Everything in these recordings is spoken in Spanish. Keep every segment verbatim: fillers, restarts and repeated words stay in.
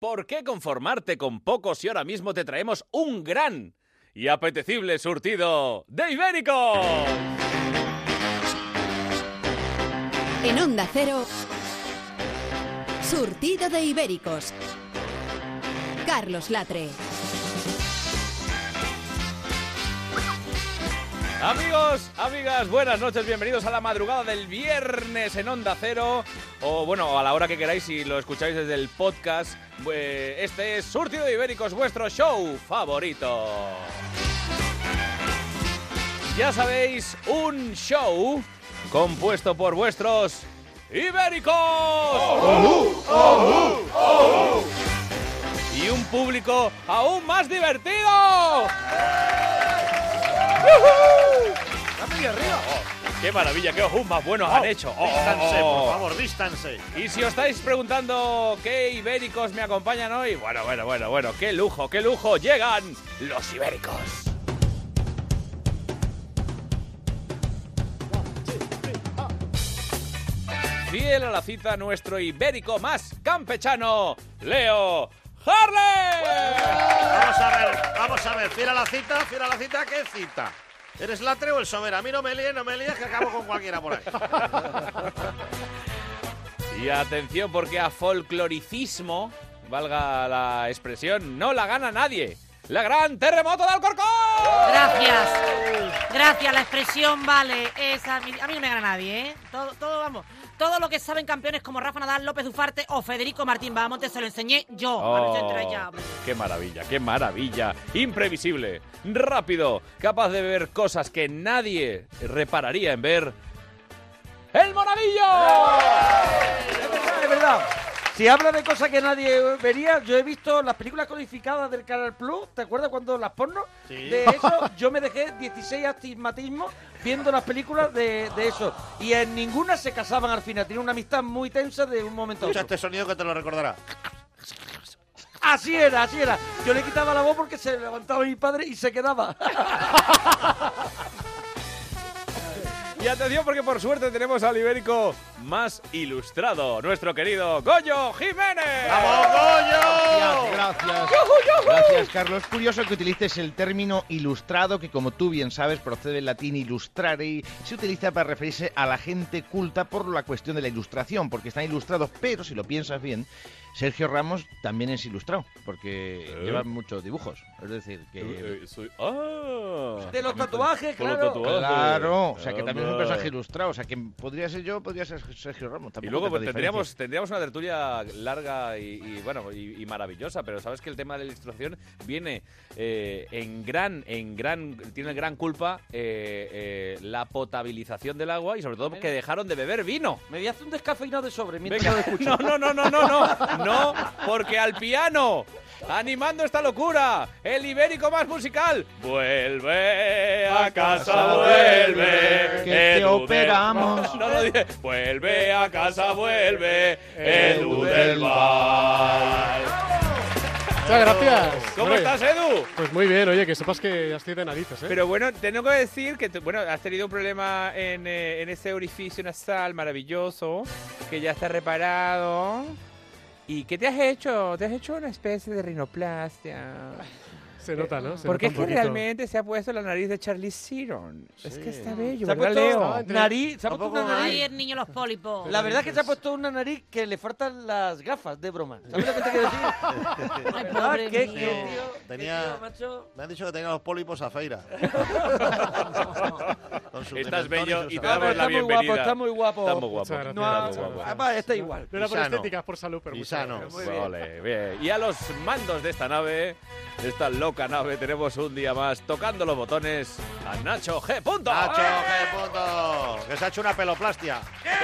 ¿Por qué conformarte con poco si ahora mismo te traemos un gran y apetecible surtido de Ibéricos? En Onda Cero, surtido de Ibéricos. Carlos Latre. Amigos, amigas, buenas noches, bienvenidos a la madrugada del viernes en Onda Cero, o bueno, a la hora que queráis si lo escucháis desde el podcast. Este es Surtido de Ibéricos, vuestro show favorito. Ya sabéis, un show compuesto por vuestros Ibéricos. Oh, oh, oh, oh. Y un público aún más divertido. ¡Arriba, arriba! Oh, ¡qué maravilla! ¡Qué ojos más buenos oh, han hecho! Oh, ¡Dístanse, oh, oh. por favor, dístanse! Y si os estáis preguntando qué ibéricos me acompañan hoy, bueno, bueno, bueno, bueno, qué lujo, qué lujo, llegan los ibéricos. Fiel a la cita, nuestro ibérico más campechano, Leo Harley. Vamos a ver, vamos a ver, fiel a la cita, fiel a la cita, ¿qué cita? ¿Eres Latre o el Somera? A mí no me líes, no me líes, que acabo con cualquiera por ahí. Y atención, porque a folcloricismo, valga la expresión, no la gana nadie. ¡La gran Terremoto de Alcorcón! Gracias. Gracias, la expresión vale. Esa, a mí no me gana nadie, ¿eh? Todo, todo, vamos. Todo lo que saben campeones como Rafa Nadal, López Ufarte o Federico Martín Bahamontes se lo enseñé yo. Oh, a ya, ¡qué maravilla, qué maravilla! Imprevisible, rápido, capaz de ver cosas que nadie repararía en ver. ¡El Monaguillo! Es verdad, es verdad. Si habla de cosas que nadie vería, yo he visto las películas codificadas del Canal Plus, ¿te acuerdas cuando las porno? Sí. De eso, yo me dejé dieciséis astigmatismos viendo las películas de, de eso. Y en ninguna se casaban al final, tenían una amistad muy tensa de un momento a Escucha otro. este sonido que te lo recordará. Así era, así era. Yo le quitaba la voz porque se levantaba mi padre y se quedaba. Y atención, porque por suerte tenemos al ibérico más ilustrado, nuestro querido Goyo Jiménez. ¡Vamos, Goyo! Gracias, gracias, Carlos. Es curioso que utilices el término ilustrado, que como tú bien sabes procede del latín illustrare y se utiliza para referirse a la gente culta por la cuestión de la ilustración, porque están ilustrados, pero si lo piensas bien, Sergio Ramos también es ilustrado, porque ¿Eh? lleva muchos dibujos. Es decir, que... Eh, soy... ah, De los tatuajes, Con los claro. tatuajes. Claro, o sea que también es un Anda. personaje ilustrado, o sea que podría ser yo, podría ser Sergio Ramos. Y Tampoco luego tanta pues, tendríamos, diferencia. tendríamos una tertulia larga y, y bueno y, y maravillosa, pero sabes que el tema de la ilustración viene eh, en gran, en gran, tiene gran culpa eh, eh, la potabilización del agua y sobre todo que dejaron de beber vino. Me voy a hacer un descafeinado de sobre mientras Venga, lo escucho. no, no, no, no, no, no, no, porque al piano, animando esta locura, el ibérico más musical, vuelve a casa, vuelve, Que te Edu del- operamos. No, no, dice, vuelve a casa, vuelve, Edu del Val. Muchas gracias. ¿Cómo Hombre, estás, Edu? Pues muy bien, oye, que sepas que ya estoy de narices, ¿eh? Pero bueno, tengo que decir que, bueno, has tenido un problema en, eh, en ese orificio nasal maravilloso, que ya está reparado. ¿Y qué te has hecho? ¿Te has hecho una especie de rinoplastia? Se nota, ¿no? Se Porque es nota que un poquito. realmente se ha puesto la nariz de Charlize Theron. Es que está bello, Se ha ¿verdad, puesto Leo? entre- nariz, se ha puesto Tampoco- una Ay, nariz. el niño los pólipos. La verdad es que se ha puesto una nariz que le faltan las gafas de broma. ¿Sabes lo que te quiero decir? Ay, ¿Verdad? pobre ¿Qué, mío. qué tío? Tenía- ¿Qué tío, macho? Me han dicho que tenía los pólipos a feira. Con sus Estás pimentones bello sus y te Ah, damos pero la está muy guapo, bienvenida. está muy guapo. Está muy guapo. Muchas gracias. No, ha- Está muy guapo. además, está igual. No era por Y sano. estética, es por salud, pero Y muchas sano. gracias. Muy bien. Ole, bien. Y a los mandos de esta nave, de esta loca nave, tenemos un día más tocando los botones a Nacho G. Punto. Nacho, qué punto. Que se ha hecho una peloplastia.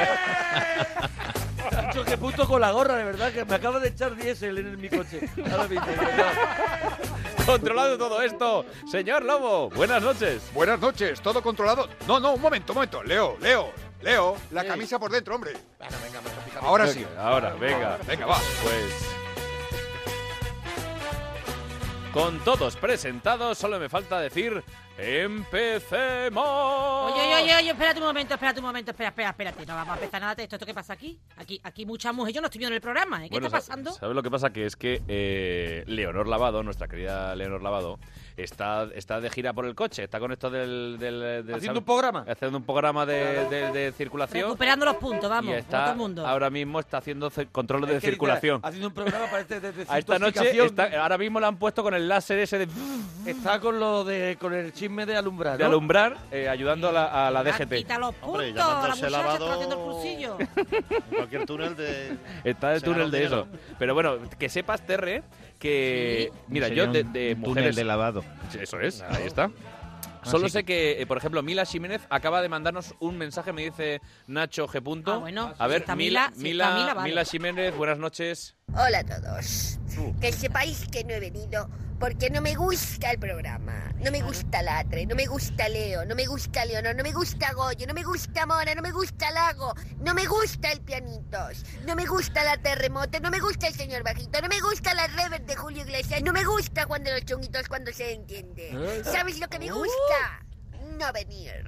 Nacho, qué puto con la gorra, de verdad, que me acaba de echar diésel en mi coche. Ahora mismo, de verdad. Controlado todo esto, señor Lobo, buenas noches. Buenas noches, ¿todo controlado? No, no, un momento, un momento. Leo, Leo, Leo, la Sí. camisa por dentro, hombre. Venga, venga, me está picando. Ahora sí. Ahora, venga. Venga, va. Pues con todos presentados, solo me falta decir ¡Empecemos! Oye, oye, oye, oye, espérate un momento, espérate un momento, espera, espera, espérate. No vamos a empezar nada de esto. ¿Esto qué pasa aquí? Aquí, aquí muchas mujeres. Yo no estoy viendo el programa, ¿eh? ¿Qué Bueno, está pasando? ¿Sabes lo que pasa? Que es que eh, Leonor Lavado, nuestra querida Leonor Lavado, está, está de gira por el coche. Está con esto del... del, del ¿Haciendo ¿sabes? un programa? Haciendo un programa de, de, de circulación. Recuperando los puntos, vamos, Y como todo está, el mundo. ahora mismo está haciendo ce- controles Es de que, circulación. Haciendo un programa parece de, de A esta noche, desintoxicación. está, ahora mismo le han puesto con el láser ese de, Está con lo de con el chisme de alumbrar, de ¿no? alumbrar, eh, ayudando a la, a la D G T. Quita los puntos, Hombre, la llamándose muchacha lavado- está haciendo el cursillo. En cualquier túnel de... Está el Se túnel ganó de dinero. eso. Pero bueno, que sepas, Terre, que... Mira, Sería yo de, un- de un mujeres... túnel de lavado. Sí, eso es, ahí está. Solo sí. sé que, eh, por ejemplo, Mila Ximénez acaba de mandarnos un mensaje, me dice Nacho G. Punto. Ah, bueno, a si ver, está Mila, Mila- si Mila, está Mila, vale. Mila Ximénez, buenas noches. Hola a todos. Que sepáis que no he venido porque no me gusta el programa. No me gusta Latre, no me gusta Leo, no me gusta Leonor, no me gusta Goyo, no me gusta Mona, no me gusta Lago, no me gusta el Pianitos, no me gusta la Terremoto, no me gusta el señor Bajito, no me gusta la Rever de Julio Iglesias, no me gusta cuando los chunguitos cuando se entiende. ¿Sabes lo que me gusta? No venir.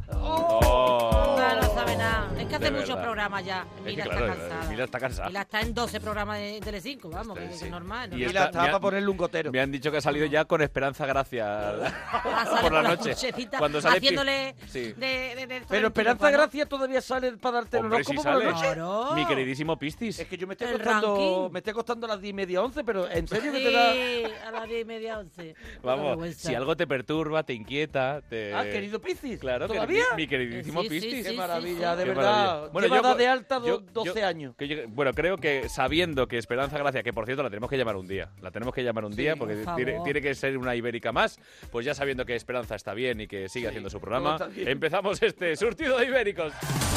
Oh. No, no sabe nada. Es que hace De muchos verdad. programas ya. Es Mira, que, está claro, cansada. Mila está cansada. Mila está en doce programas de Telecinco, vamos, que, que Sí. es normal. Y normal. Y la está- estaba me para ha- ponerle un gotero. Me han dicho que ha salido ya con Esperanza Gracia Ah, sale por la con noche. cuchecita, Cuando sale pi- haciéndole Sí. de, de, de Pero Esperanza Gracia todavía sale para darte el Hombre, sí horóscopo por la sale. noche. Claro. Mi queridísimo Piscis. Es que yo me estoy El acostando, ranking. me estoy acostando a las diez y media, once, pero en serio que te da... Sí, a las diez y media, once. Qué Vamos, vergüenza. si algo te perturba, te inquieta, te... Ah, querido Piscis, Claro, que ¿todavía? mi, mi queridísimo Sí, sí, Piscis. Qué sí, maravilla, sí. de Qué verdad. maravilla. Bueno, Lleva yo- edad de alta yo- do- doce yo- años. que yo- bueno, creo que sabiendo que Esperanza Gracia, que por cierto la tenemos que llamar un día, la tenemos que llamar un día porque por tiene, favor. tiene que ser una ibérica más, pues ya sabiendo que Esperanza está bien y que sigue haciendo su programa, todo está bien. empezamos este surtido de ibéricos.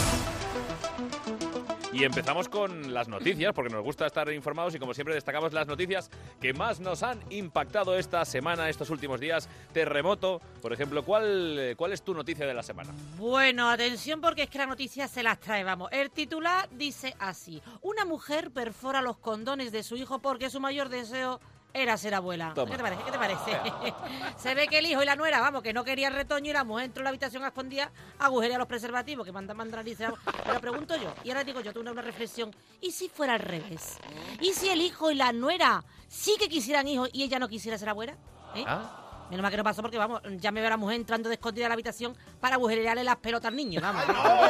Y empezamos con las noticias, porque nos gusta estar informados y como siempre destacamos las noticias que más nos han impactado esta semana, estos últimos días. Terremoto, por ejemplo, ¿cuál, eh, cuál es tu noticia de la semana? Bueno, atención porque es que la noticia se las trae, vamos. El titular dice así: una mujer perfora los condones de su hijo porque su mayor deseo era ser abuela. Toma. ¿Qué te parece? ¿Qué te parece? Se ve que el hijo y la nuera, vamos, que no querían retoño y la mujer entró en la habitación a escondidas, agujerea los preservativos, que mandan mandan Pero pregunto yo, y ahora digo yo, tengo una, una reflexión, ¿y si fuera al revés? ¿Y si el hijo y la nuera sí que quisieran hijos y ella no quisiera ser abuela? ¿Eh? ¿Ah? Menos mal que no pasó porque, vamos, ya me veo a la mujer entrando de escondida a la habitación para agujerearle las pelotas al niño, vamos.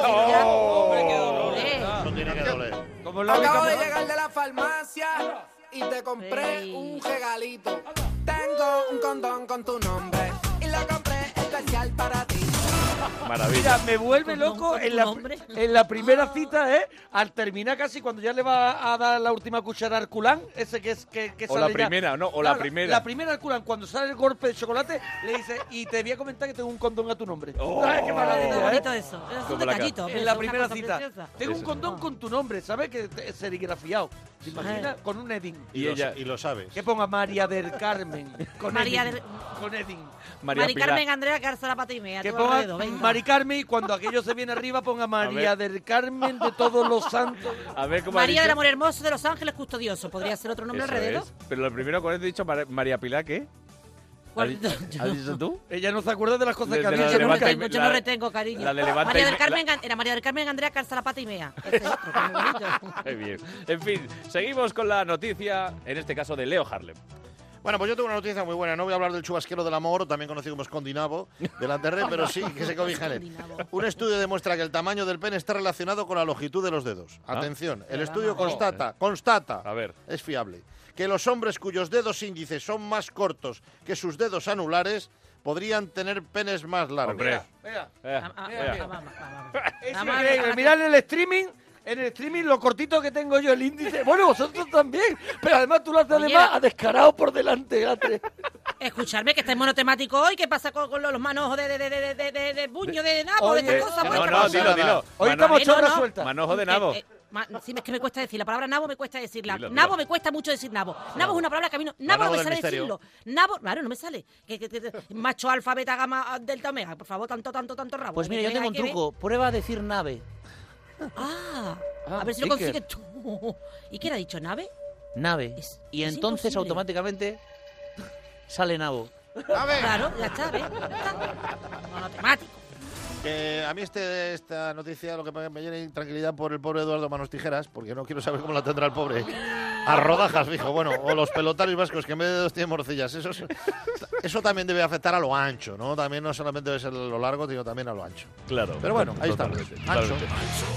Hombre, qué dolor. Eh. No tiene que doler. Como la Acabo única de mujer- llegar de la farmacia y te compré Ey. un regalito. Tengo un condón con tu nombre y lo compré especial para ti. Maravilla. Mira, me vuelve Con- loco con en tu la, nombre. en la primera cita, ¿eh? Al terminar casi, cuando ya le va a dar la última cuchara al culán, ese que es que, que O sale la ya- primera, no, o la primera. La primera al culán, cuando sale el golpe de chocolate, le dice, y te voy a comentar que tengo un condón a tu nombre. Oh. ¿Sabes qué Qué maravilla, eh? bonito eso. Es un Como la detallito. En es la una primera cosa cita. preciosa. Tengo un Eso. condón con tu nombre, ¿sabes? Que es serigrafiado. ¿Te imaginas? Con un Edin. Y Y, lo- ella- y lo sabes. Que ponga María del Carmen. Con María Edin. del- Con Edin. María Mari Pilar. Carmen Andrea Garza la pata y media. Que todo ponga alrededor, venga. Mari Carmen y cuando aquello se viene arriba ponga María ver. del Carmen de todos los santos. A ver cómo ha María dicho. del Amor Hermoso de Los Ángeles Custodioso. ¿Podría ser otro nombre Eso alrededor? es. Pero lo primero, cuando he dicho Mar- María Pilar, ¿qué? ¿Has ¿Cuál? dicho- has dicho tú? Ella no se acuerda de las cosas De- que ha de la dicho Yo no, Levanta y retengo, me- yo la- no retengo, cariño. la de Levanta María y del me- Carmen, la- Gan- era María del Carmen Andrea Garza la pata y mea. Ese es otro, que muy bonito. Qué bien. En fin, seguimos con la noticia, en este caso de Leo Harlem. Bueno, pues yo tengo una noticia muy buena. No voy a hablar del chubasquero del amor, también conocido como escondinavo, de la Terre, pero sí que se cobija en él. Escondinavo. Un estudio demuestra que el tamaño del pene está relacionado con la longitud de los dedos. Ah. Atención, el Pero estudio vamos. constata, constata, A ver. es fiable, que los hombres cuyos dedos índices son más cortos que sus dedos anulares podrían tener penes más largos. Hombre. Mira, Eh, Ah, ah, mira. ah, vamos, vamos, vamos. es Vamos a ver, increíble. ahora Mirad en el streaming, en el streaming lo cortito que tengo yo el índice. Bueno, vosotros también, pero además tú lo haces Oye. además a descarado por delante, Atre. Escuchadme, que estáis monotemático hoy. ¿Qué pasa con, con los manojos de, de, de, de, de, de, de buño, de nabo, de Oye, estas cosas? no, pues, No, ¿qué no, pasa? dilo, dilo. Hoy Mano- estamos Eh, no, chorras no. sueltas. Manojo de Eh, nabo. eh, ma- sí, es que me cuesta decir. La palabra nabo me cuesta decirla. Dilo, Nabo dilo. me cuesta mucho decir nabo. Nabo es una palabra que a mí no... Nabo no Nabo me del sale misterio. decirlo. Nabo... Claro, no me sale. Que, que- que- macho, alfa, beta, gamma, delta, omega. Por favor, tanto, tanto, tanto rabo. Pues Que mira, yo venga, tengo un hay que ver. truco. Prueba a decir nave. Ah, Ah, a ver si lo Iker. consigues tú. ¿Y quién ha dicho nave? Nave. Es- y es entonces imposible. automáticamente sale nabo. A ver. Claro, ya está, ¿ves? Ya está. Monotemático. Que a mí este, esta noticia lo que me, me llena de intranquilidad por el pobre Eduardo Manos Tijeras, porque no quiero saber cómo la tendrá el pobre. A rodajas, fijo. Bueno, o los pelotarios vascos que en vez de dedos tienen morcillas. Eso, es- eso también debe afectar a lo ancho, ¿no? También no solamente debe ser lo largo, sino también a lo ancho. Claro. Pero bueno, ahí estamos. Totalmente, Ancho. totalmente.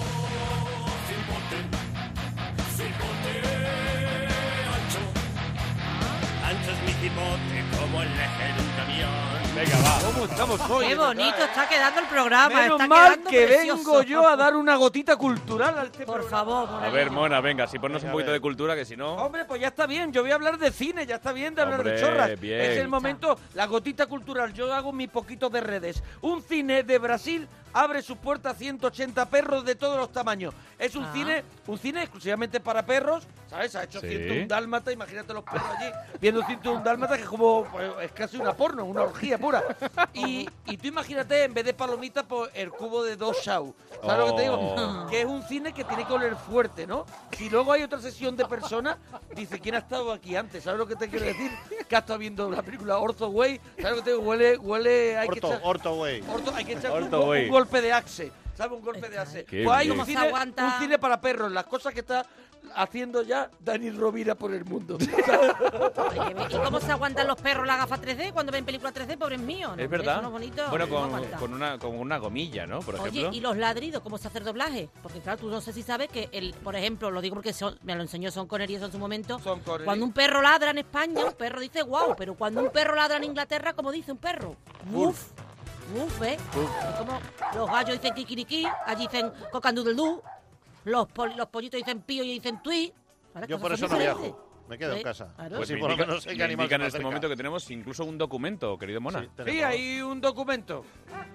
Ancho es mi cipote como el eje de un camión. Venga, va. ¿Cómo estamos hoy? Qué de verdad, bonito eh? está quedando el programa. Menos está mal quedando que precioso. vengo yo a dar una gotita cultural a este Por programa. favor, A Monaguillo. ver, Mona, venga, si ponnos un Venga, a poquito ver. de cultura, que si no... Hombre, pues ya está bien. Yo voy a hablar de cine, ya está bien de hablar Hombre, de chorras. bien. Es el momento, la gotita cultural. Yo hago mi poquito de redes. Un cine de Brasil abre sus puertas a ciento ochenta perros de todos los tamaños. Es un Ah. cine, un cine exclusivamente para perros, ¿sabes? Ha hecho Sí. ciento uno dálmata, imagínate los perros allí viendo ciento uno dálmata, que es como pues, es casi una porno, una orgía pura. Y, y tú imagínate, en vez de palomitas, pues el cubo de dos show. ¿Sabes lo que te digo? Oh. Que es un cine que tiene que oler fuerte, ¿no? Si luego hay otra sesión de personas, dice, ¿quién ha estado aquí antes? ¿Sabes lo que te quiero decir? Que ha estado viendo la película Ortho Way. ¿Sabes lo que te digo? Huele, huele, hay que Orto, echar, orto, güey. Orto, hay que echar un, Ortho go- Way. un golpe de axe. ¿Sabes? Un golpe de axe. Qué Pues hay bien. un ¿Cómo se cine, aguanta? un cine para perros, las cosas que está haciendo ya Dani Rovira por el mundo. Oye, ¿y cómo se aguantan los perros la gafa tres D cuando ven películas tres D? Pobres míos. ¿no? Es verdad. Eso no es bonito. Bueno, ¿Cómo con, aguanta? con una, con una gomilla, ¿no? Por Oye, ejemplo. y los ladridos, ¿cómo se hace el doblaje? Porque claro, tú no sé si sabes que, el, por ejemplo, lo digo porque son- me lo enseñó Son Connery eso en su momento. Son Connery. Cuando un perro ladra en España, un perro dice wow, pero cuando un perro ladra en Inglaterra, ¿cómo dice un perro? Uf. Uf, ¿eh? Es como los gallos dicen kikiriki, allí dicen cocandoodle-doo, los, pol- los pollitos dicen pío y dicen tui. Ahora, Yo cosas por eso son no diferentes. viajo. Me quedo en ¿Eh? casa. Claro. Pues Sí, me por lo indica- menos sé qué me animal indican se en me este acerca. momento que tenemos incluso un documento, querido Mona. Sí, Sí, tenemos. hay un documento.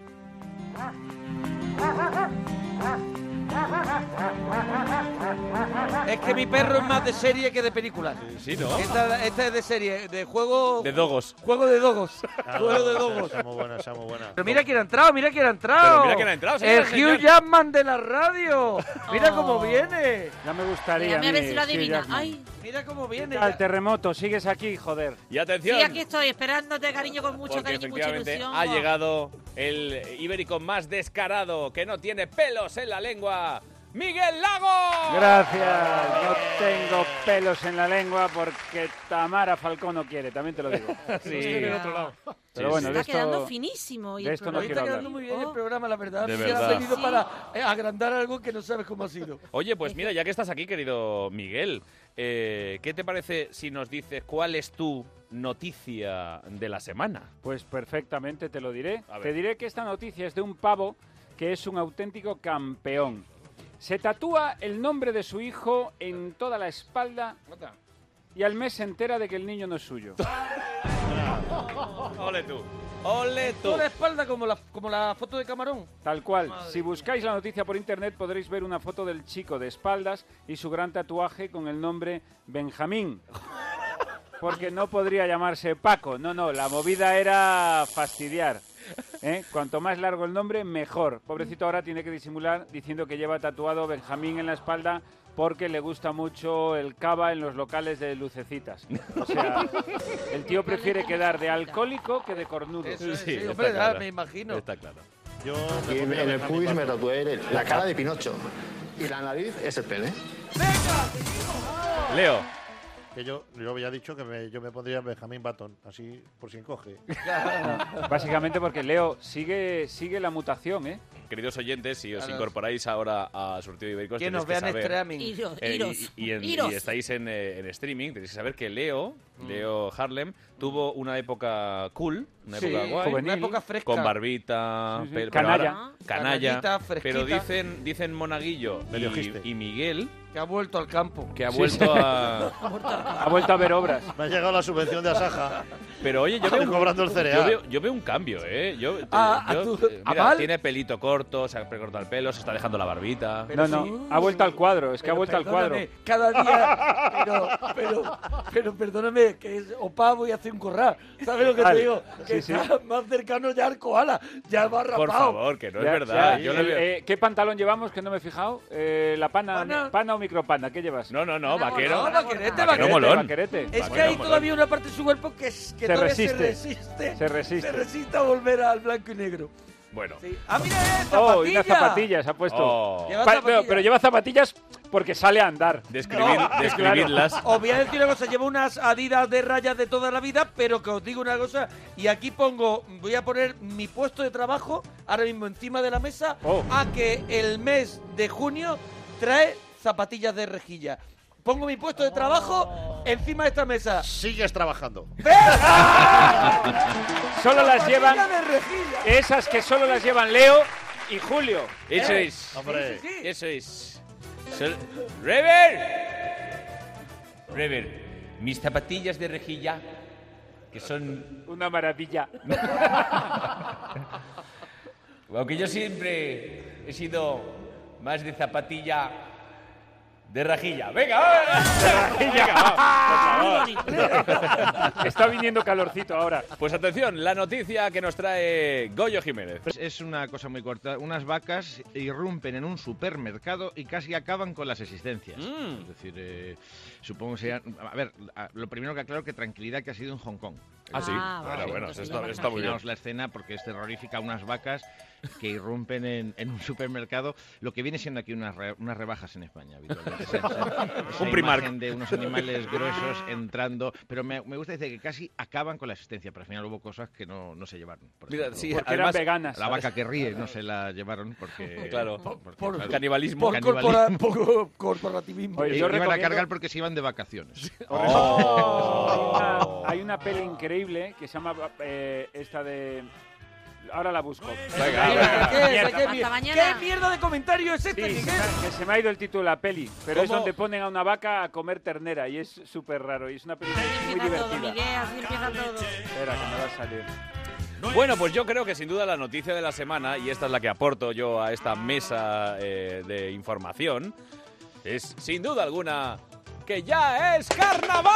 Es que mi perro es más de serie que de película. Sí, ¿no? Esta, esta es de serie, de juego. De dogos. Juego de dogos. Ah, Juego de esa- dogos. esa muy buena, esa muy buena. Pero mira quién ha entrado, mira quién ha entrado. Pero mira quién ha entrado, El señor, Hugh señor. Jackman de la radio. Mira Oh. cómo viene. Ya me gustaría. Déjame a ver si lo Hugh adivina. Jackman. Ay, Mira cómo viene. Al ya. terremoto, sigues aquí, joder. Y sí, atención, aquí estoy, esperándote, cariño, con mucho porque cariño y mucha efectivamente ilusión. ha Oh. llegado el ibérico más descarado, que no tiene pelos en la lengua, ¡Miguel Lago! Gracias. No tengo pelos en la lengua porque Tamara Falcón no quiere, también te lo digo. Sí. En el otro lado. Pero Sí, bueno, sí. de Está quedando esto... finísimo. y de el esto no Hoy programa- quiero está hablar. quedando muy bien el Oh. programa, la verdad. De Sí, verdad. has venido Sí. para eh, agrandar algo que no sabes cómo ha sido. Oye, pues mira, ya que estás aquí, querido Miguel, eh, ¿qué te parece si nos dices cuál es tu noticia de la semana? Pues perfectamente te lo diré. A ver. Te diré que esta noticia es de un pavo que es un auténtico campeón. Se tatúa el nombre de su hijo en toda la espalda y al mes se entera de que el niño no es suyo. Ole tú, ole tú. Toda la espalda como la, como la foto de Camarón. Tal cual. Madre Si buscáis la noticia por internet podréis ver una foto del chico de espaldas y su gran tatuaje con el nombre Benjamín. Porque no podría llamarse Paco. No, no, la movida era fastidiar. ¿Eh? Cuanto más largo el nombre, mejor. Pobrecito ahora tiene que disimular diciendo que lleva tatuado Benjamín en la espalda porque le gusta mucho el cava en los locales de lucecitas. O sea, el tío prefiere quedar de alcohólico que de cornudo. Eso es, Sí, sí, está hombre, ya claro. me imagino. Está claro. Yo Y me en, pondría en el Benjamín pubis me Button. tatué la cara de Pinocho. Y la nariz es el pene. Leo, Que yo, yo había dicho que me- yo me pondría Benjamín Button, así por si encoge. Básicamente porque Leo sigue sigue la mutación, ¿eh? queridos oyentes, si os Claro. incorporáis ahora a Surtido Ibéricos, Que tenéis nos que vean saber, streaming. Iros, eh, iros, y, y en- iros. y estáis en, eh, en streaming, tenéis que saber que Leo, Mm. Leo Harlem, tuvo una época cool, una Sí, época guay, juvenil. una época fresca. con barbita, Sí, sí. pe- pero Canalla. ahora- canalla, Canallita, fresquita. pero dicen dicen Monaguillo Medio y, giste. y Miguel Que ha vuelto al campo. que ha Sí, vuelto sí. a... Ha vuelto a ver obras. Me ha llegado la subvención de Asaja. Pero oye, yo veo, un, Cobrando el cereal. yo veo, yo veo un cambio, ¿eh? Yo, Ah, yo- ¿a tu- eh, a mira, mal? tiene pelito corto, se ha recortado el pelo, se está dejando la barbita. Pero No, sí. no, ha vuelto al cuadro, es que ha Pero vuelto al cuadro. perdóname, Cada día, pero, pero, pero perdóname, que es o pavo y hace un corral. ¿Sabes lo que Vale. te digo? Que Sí, sí. está más cercano ya al koala. Ya va rapado. Por favor, que no Ya- es verdad. ya, Yo le el- veo- eh, ¿Qué pantalón llevamos que no me he fijado? Eh, ¿La pana, Pana. pana o micropana? ¿qué llevas? No, no, no, Pana vaquero. No, vaquerete, Vaquero vaquerete. molón. Vaquerete. Es que Vaquero hay molón. todavía una parte de su cuerpo que, es, que Se todavía resiste. Se resiste. Se resiste. Se resiste a volver al blanco y negro. Bueno. Sí. ¡Ah, mira, eh, Oh, y zapatilla! unas zapatillas ha puesto. Oh. Lleva Pa- zapatillas. pero, pero lleva zapatillas porque sale a andar. Describir, No, describirlas. Os voy a decir una cosa, llevo unas Adidas de rayas de toda la vida, pero que os digo una cosa, y aquí pongo, voy a poner mi puesto de trabajo ahora mismo encima de la mesa, Oh. a que el mes de junio trae zapatillas de rejilla. Pongo mi puesto de trabajo encima de esta mesa. Sigues trabajando. Solo las llevan Zapatilla de rejilla. esas que solo las llevan Leo y Julio. Eso Eh, es. Hombre. Sí, sí, sí. Eso es. Sol- ¡Rever! Rever, mis zapatillas de rejilla, que son... Una maravilla. Aunque yo siempre he sido más de zapatilla de rajilla. ¡Venga, va! Venga, va, por favor. Está viniendo calorcito ahora. Pues atención, la noticia que nos trae Goyo Jiménez. Pues es una cosa muy corta. Unas vacas irrumpen en un supermercado y casi acaban con las existencias. Mm. Es decir, eh, supongo que serían... A ver, a- lo primero que aclaro que tranquilidad que ha sido en Hong Kong. Ah, sí. Ah, bueno, vale, bueno, entonces está, ya está muy bien. Imaginaos la escena porque es terrorífica. Unas vacas que irrumpen en, en un supermercado, lo que viene siendo aquí unas, re- unas rebajas en España habitualmente. Esa- esa- esa Un Primark. imagen de unos animales gruesos entrando, pero me, me gusta decir que casi acaban con la existencia, pero al final hubo cosas que no, no se llevaron. Por Mira, ejemplo, sí, Porque además, eran veganas. la vaca que ríe no se la llevaron porque... Claro, porque, por- claro, canibalismo. Por, Canibalismo. corpora- por corporativismo. Oye, y- yo iban a recomiendo- cargar porque se iban de vacaciones. Oh. Hay, una, hay una peli increíble que se llama eh, esta de... Ahora la busco. Venga, Mira, ¿qué, es? Mierda. ¿Qué, Hasta mier- mañana. ¿Qué mierda de comentario es Sí, este, que Miguel? se me- que se me ha ido el título de la peli, pero es ¿Cómo? donde ponen a una vaca a comer ternera y es súper raro y es una peli muy Empieza todo, divertida. Miguel, así empieza todo. Espera, que me va a salir. Bueno, pues yo creo que sin duda la noticia de la semana, y esta es la que aporto yo a esta mesa eh, de información, es sin duda alguna que ya es carnaval.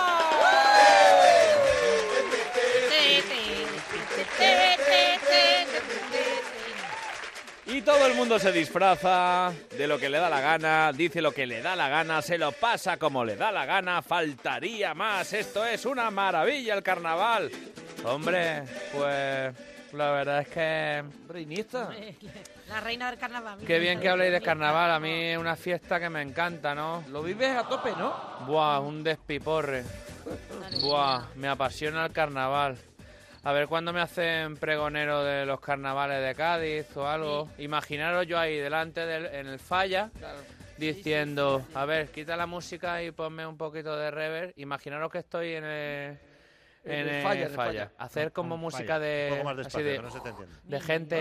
Y todo el mundo se disfraza de lo que le da la gana, dice lo que le da la gana, se lo pasa como le da la gana, faltaría más. Esto es una maravilla el carnaval. Hombre, pues la verdad es que... Reinista. La reina del carnaval. Qué bien que habléis de carnaval, a mí es una fiesta que me encanta, ¿no? Lo vives a tope, ¿no? Buah, un despiporre. Buah, me apasiona el carnaval. A ver cuándo me hacen pregonero de los carnavales de Cádiz o algo. Imaginaros yo ahí delante del, en el falla diciendo, a ver, quita la música y ponme un poquito de reverb. Imaginaros que estoy en el, en En el el falla, en el falla. falla. Hacer como Un música falla. de, Un poco más así despacio, de, que no se te entiende. de gente...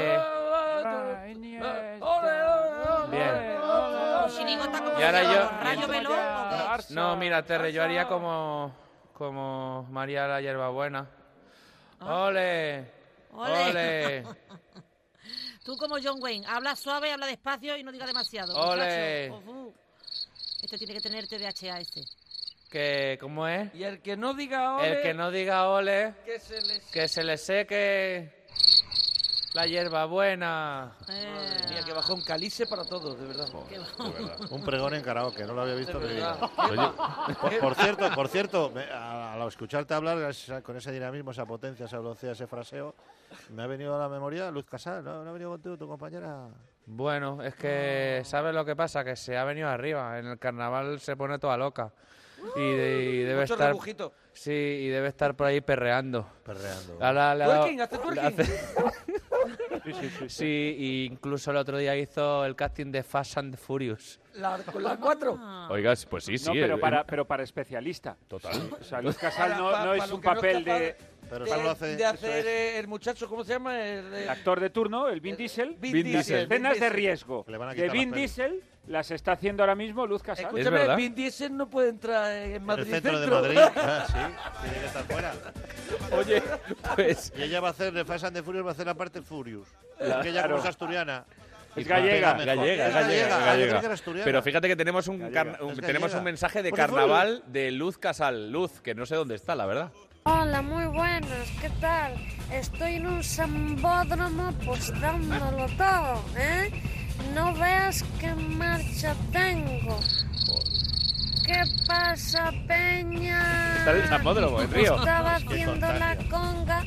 Bien. Chirigota como Y ahora se llama, yo- Rayo Veloz, ¿o qué? No, mira, Terre, yo haría como, como María la Hierbabuena. ¡Ole! Ole. ¡Ole! Tú como John Wayne, habla suave, habla despacio y no diga demasiado. Ole. muchacho. Ujú. Este tiene que tener T D A H este. Que, ¿cómo es? Y el que no diga ole, El que no diga ole, que se les... que se le seque la hierbabuena. Eh, Mira, que bajó un calice para todos, de verdad. qué De verdad. Un pregón en karaoke, no lo había visto De en mi vida. verdad. Oye, por, por cierto, por cierto, me- a- al escucharte hablar esa- con ese dinamismo, esa potencia, esa velocidad, ese fraseo, me ha venido a la memoria Luz Casal, ¿no? ¿No ha venido contigo tu compañera? Bueno, es que, ¿sabes lo que pasa? Que se ha venido arriba. En el carnaval se pone toda loca. Y, de- y debe Mucho estar... rebujito. Sí, y debe estar por ahí perreando. Perreando. Ahora le ha dado- Twerking, hace le twerking. hace- Sí, y incluso el otro día hizo el casting de Fast and the Furious. La, con las cuatro. Oiga, pues sí, sí. No, pero eh, para, pero para especialista. Total. O sea, Luz Casal no, Para- no para es lo un que no papel es capaz de... Pero de, solo hace... de hacer eso es. eh, el muchacho, ¿cómo se llama? El, El actor de turno, el Vin Diesel. Vin Vin Diesel. Diesel. Las escenas Vin de Diesel. riesgo Le van a de quitar las Vin pelis. Diesel las está haciendo ahora mismo Luz Casal. Escúchame, verdad? Vin Diesel no puede entrar en Madrid el centro de Centro. Madrid. Ah, sí, tiene que estar fuera. Oye, pues... Y ella va a hacer, de Fast and the Furious, va a hacer la parte Furious. Claro. Porque ella como es asturiana. Es y gallega. pega mejor. Gallega, Es gallega, Ah, yo gallega. creí que era asturiana. Pero fíjate que tenemos un, Gallega. car- un- Es tenemos gallega. un mensaje de Por favor. carnaval de Luz Casal. Luz, que no sé dónde está, la verdad. Hola, muy buenas, ¿qué tal? Estoy en un sambódromo pues dándolo todo, ¿eh? No veas qué marcha tengo. ¿Qué pasa, peña? Está en el Sambódromo, en Río. Estaba Qué haciendo la contagio. conga.